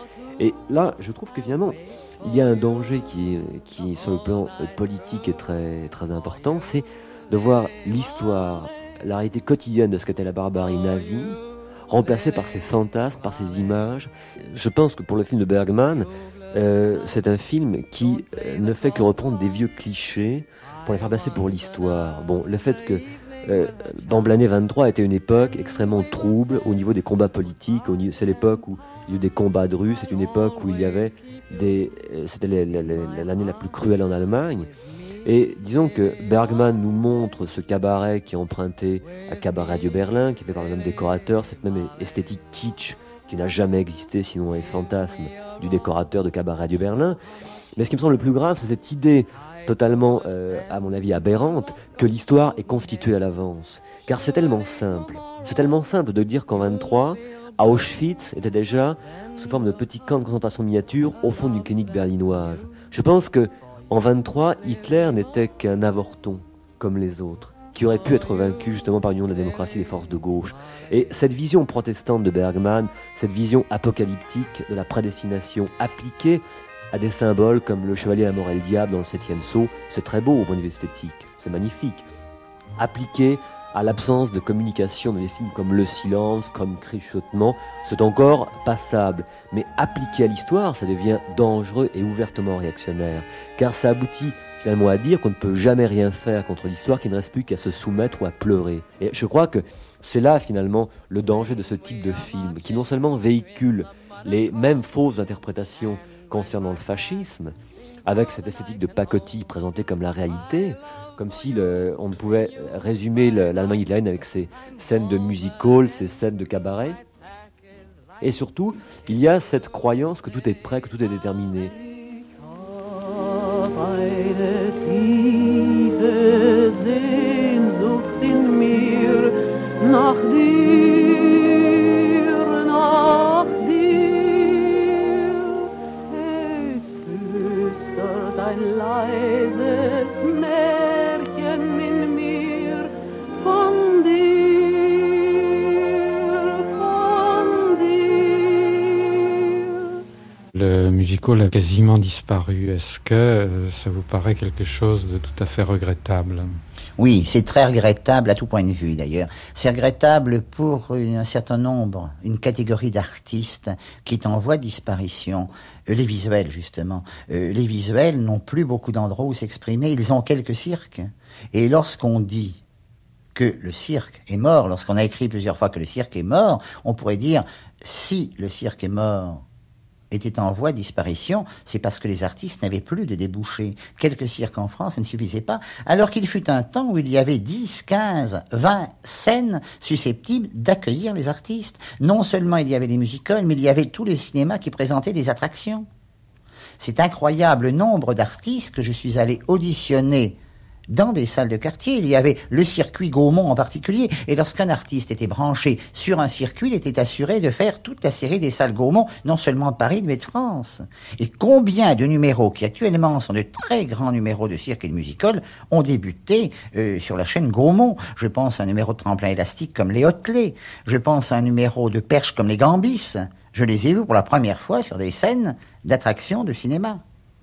Et là, je trouve que finalement, il y a un danger qui sur le plan politique est très, très important, c'est de voir l'histoire, la réalité quotidienne de ce qu'était la barbarie nazie, remplacé par ces fantasmes, par ces images. Je pense que pour le film de Bergman, c'est un film qui ne fait que reprendre des vieux clichés pour les faire passer pour l'histoire. Bon, le fait que l'année 23 était une époque extrêmement trouble au niveau des combats politiques, c'est l'époque où il y a eu des combats de rue, c'est une époque où il y avait c'était l'année la plus cruelle en Allemagne. Et disons que Bergman nous montre ce cabaret qui est emprunté à Cabaret du Berlin, qui est fait par le même décorateur, cette même esthétique kitsch qui n'a jamais existé sinon les fantasmes du décorateur de Cabaret du Berlin. Mais ce qui me semble le plus grave, c'est cette idée totalement, à mon avis, aberrante, que l'histoire est constituée à l'avance. Car c'est tellement simple. C'est tellement simple de dire qu'en 23, Auschwitz était déjà sous forme de petit camp de concentration miniature au fond d'une clinique berlinoise. Je pense que en 23, Hitler n'était qu'un avorton, comme les autres, qui aurait pu être vaincu justement par l'union de la démocratie des forces de gauche. Et cette vision protestante de Bergman, cette vision apocalyptique de la prédestination appliquée à des symboles comme le chevalier, la mort et le diable dans le 7e sceau, c'est très beau au point de vue esthétique, c'est magnifique. Appliquée à l'absence de communication dans des films comme Le Silence, comme Cri-chuchotement, c'est encore passable. Mais appliqué à l'histoire, ça devient dangereux et ouvertement réactionnaire. Car ça aboutit finalement à dire qu'on ne peut jamais rien faire contre l'histoire, qu'il ne reste plus qu'à se soumettre ou à pleurer. Et je crois que c'est là finalement le danger de ce type de film, qui non seulement véhicule les mêmes fausses interprétations concernant le fascisme, avec cette esthétique de pacotille présentée comme la réalité, comme si on ne pouvait résumer l'Allemagne hitlérienne avec ces scènes de music-hall, ces scènes de cabaret. Et surtout, il y a cette croyance que tout est prêt, que tout est déterminé. Le musical a quasiment disparu. Est-ce que ça vous paraît quelque chose de tout à fait regrettable ? Oui, c'est très regrettable à tout point de vue d'ailleurs. C'est regrettable pour un certain nombre, une catégorie d'artistes qui est en voie de disparition. Les visuels justement. Les visuels n'ont plus beaucoup d'endroits où s'exprimer, ils ont quelques cirques. Et lorsqu'on dit que le cirque est mort, lorsqu'on a écrit plusieurs fois que le cirque est mort, on pourrait dire si le cirque est mort, était en voie de disparition, c'est parce que les artistes n'avaient plus de débouchés. Quelques cirques en France, ça ne suffisait pas, alors qu'il fut un temps où il y avait 10, 15, 20 scènes susceptibles d'accueillir les artistes. Non seulement il y avait les musicals, mais il y avait tous les cinémas qui présentaient des attractions. C'est incroyable le nombre d'artistes que je suis allé auditionner dans des salles de quartier. Il y avait le circuit Gaumont en particulier, et lorsqu'un artiste était branché sur un circuit, il était assuré de faire toute la série des salles Gaumont, non seulement de Paris, mais de France. Et combien de numéros, qui actuellement sont de très grands numéros de cirque et de musical, ont débuté sur la chaîne Gaumont. Je pense à un numéro de tremplin élastique comme les Hotelets, je pense à un numéro de perche comme les Gambis. Je les ai vus pour la première fois sur des scènes d'attractions de cinéma.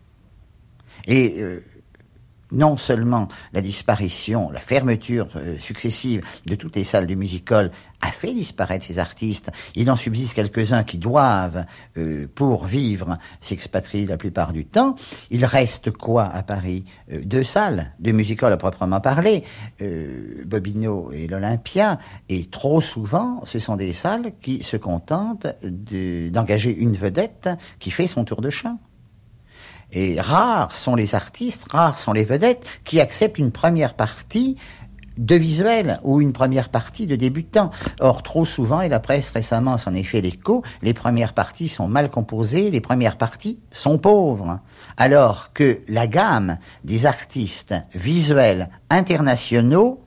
Et non seulement la disparition, la fermeture successive de toutes les salles du musical a fait disparaître ces artistes, il en subsiste quelques-uns qui doivent, pour vivre, s'expatrier la plupart du temps. Il reste quoi à Paris ? 2 salles de musical à proprement parler, Bobino et l'Olympia, et trop souvent, ce sont des salles qui se contentent d'engager une vedette qui fait son tour de chant. Et rares sont les artistes, rares sont les vedettes qui acceptent une première partie de visuel ou une première partie de débutant. Or, trop souvent, et la presse récemment s'en est fait l'écho, les premières parties sont mal composées, les premières parties sont pauvres. Alors que la gamme des artistes visuels internationaux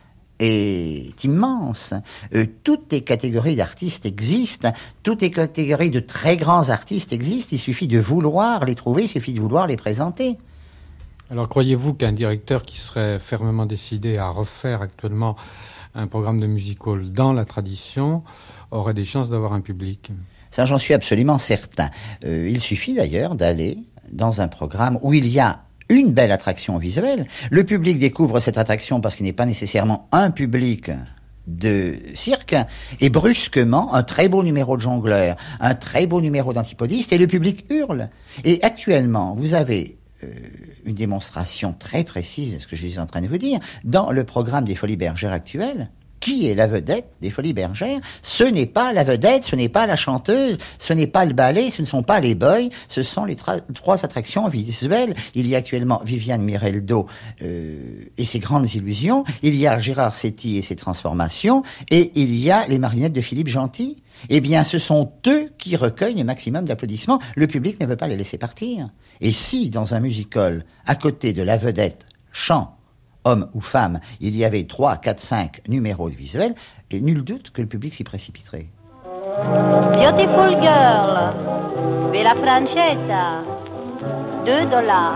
est immense. Toutes les catégories d'artistes existent, toutes les catégories de très grands artistes existent, il suffit de vouloir les trouver, il suffit de vouloir les présenter. Alors croyez-vous qu'un directeur qui serait fermement décidé à refaire actuellement un programme de musical dans la tradition aurait des chances d'avoir un public ? Ça, j'en suis absolument certain. Il suffit d'ailleurs d'aller dans un programme où il y a une belle attraction visuelle. Le public découvre cette attraction parce qu'il n'est pas nécessairement un public de cirque, et brusquement, un très beau numéro de jongleur, un très beau numéro d'antipodiste, et le public hurle. Et actuellement, vous avez une démonstration très précise de ce que je suis en train de vous dire, dans le programme des Folies Bergères actuelles. Qui est la vedette des Folies Bergères ? Ce n'est pas la vedette, ce n'est pas la chanteuse, ce n'est pas le ballet, ce ne sont pas les boys, ce sont les 3 attractions visuelles. Il y a actuellement Viviane Mireldo et ses grandes illusions, il y a Gérard Setti et ses transformations, et il y a les marionnettes de Philippe Gentil. Eh bien, ce sont eux qui recueillent le maximum d'applaudissements. Le public ne veut pas les laisser partir. Et si, dans un musical, à côté de la vedette, chant, homme ou femme, il y avait 3, 4, 5 numéros de visuels, et nul doute que le public s'y précipiterait. Beautiful girl, Bella Francetta, $2.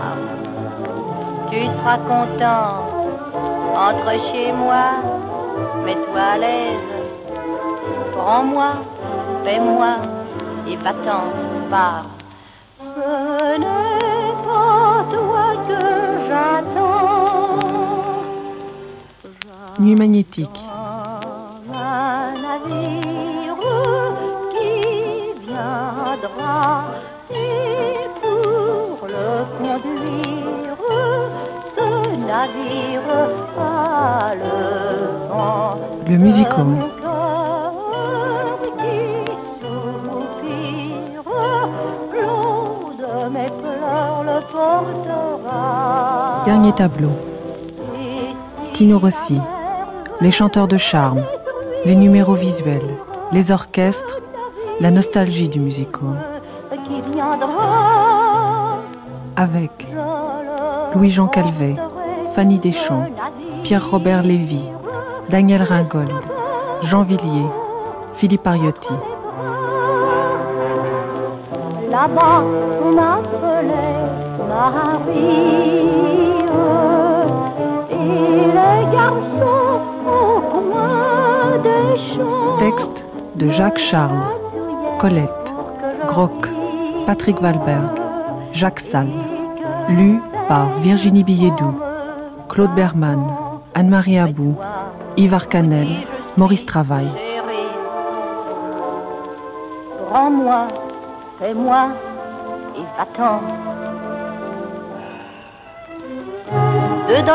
Tu seras content, entre chez moi, mets-toi à l'aise. Prends-moi, fais-moi, et va-t'en, pars. Ce n'est pas toi que j'attends. Nuit magnétique. Un navire qui viendra, et pour le conduire, ce navire a le vent. Le musical. Dernier tableau. Tino Rossi. Les chanteurs de charme, les numéros visuels, les orchestres, la nostalgie du musical. Avec Louis-Jean Calvet, Fanny Deschamps, Pierre-Robert Lévy, Daniel Ringold, Jean Villiers, Philippe Ariotti. Là-bas, on appelait Marie, et les garçons au coin des champs. Texte de Jacques Charles, Colette, Groc, Patrick Valberg, Jacques Salle. Lu par Virginie Billedou, Claude Berman, Anne-Marie Abou, Yves Arcanel, Maurice Travail. Rends-moi, fais-moi et va-t'en. $2,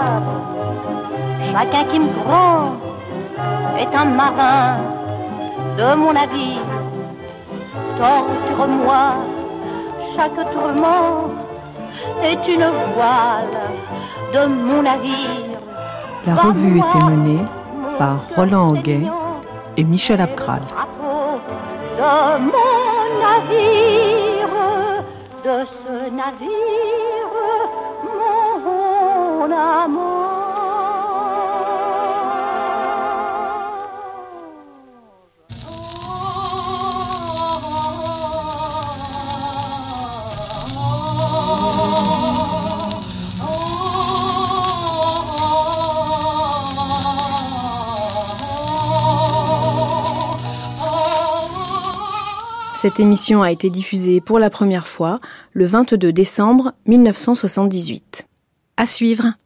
chacun qui me prend est un marin de mon navire. Torture-moi, chaque tourment est une voile de mon navire. La revue était menée par Roland Auguet et Michel Abkral. De mon navire, de ce navire, mon amour. Cette émission a été diffusée pour la première fois le 22 décembre 1978. À suivre.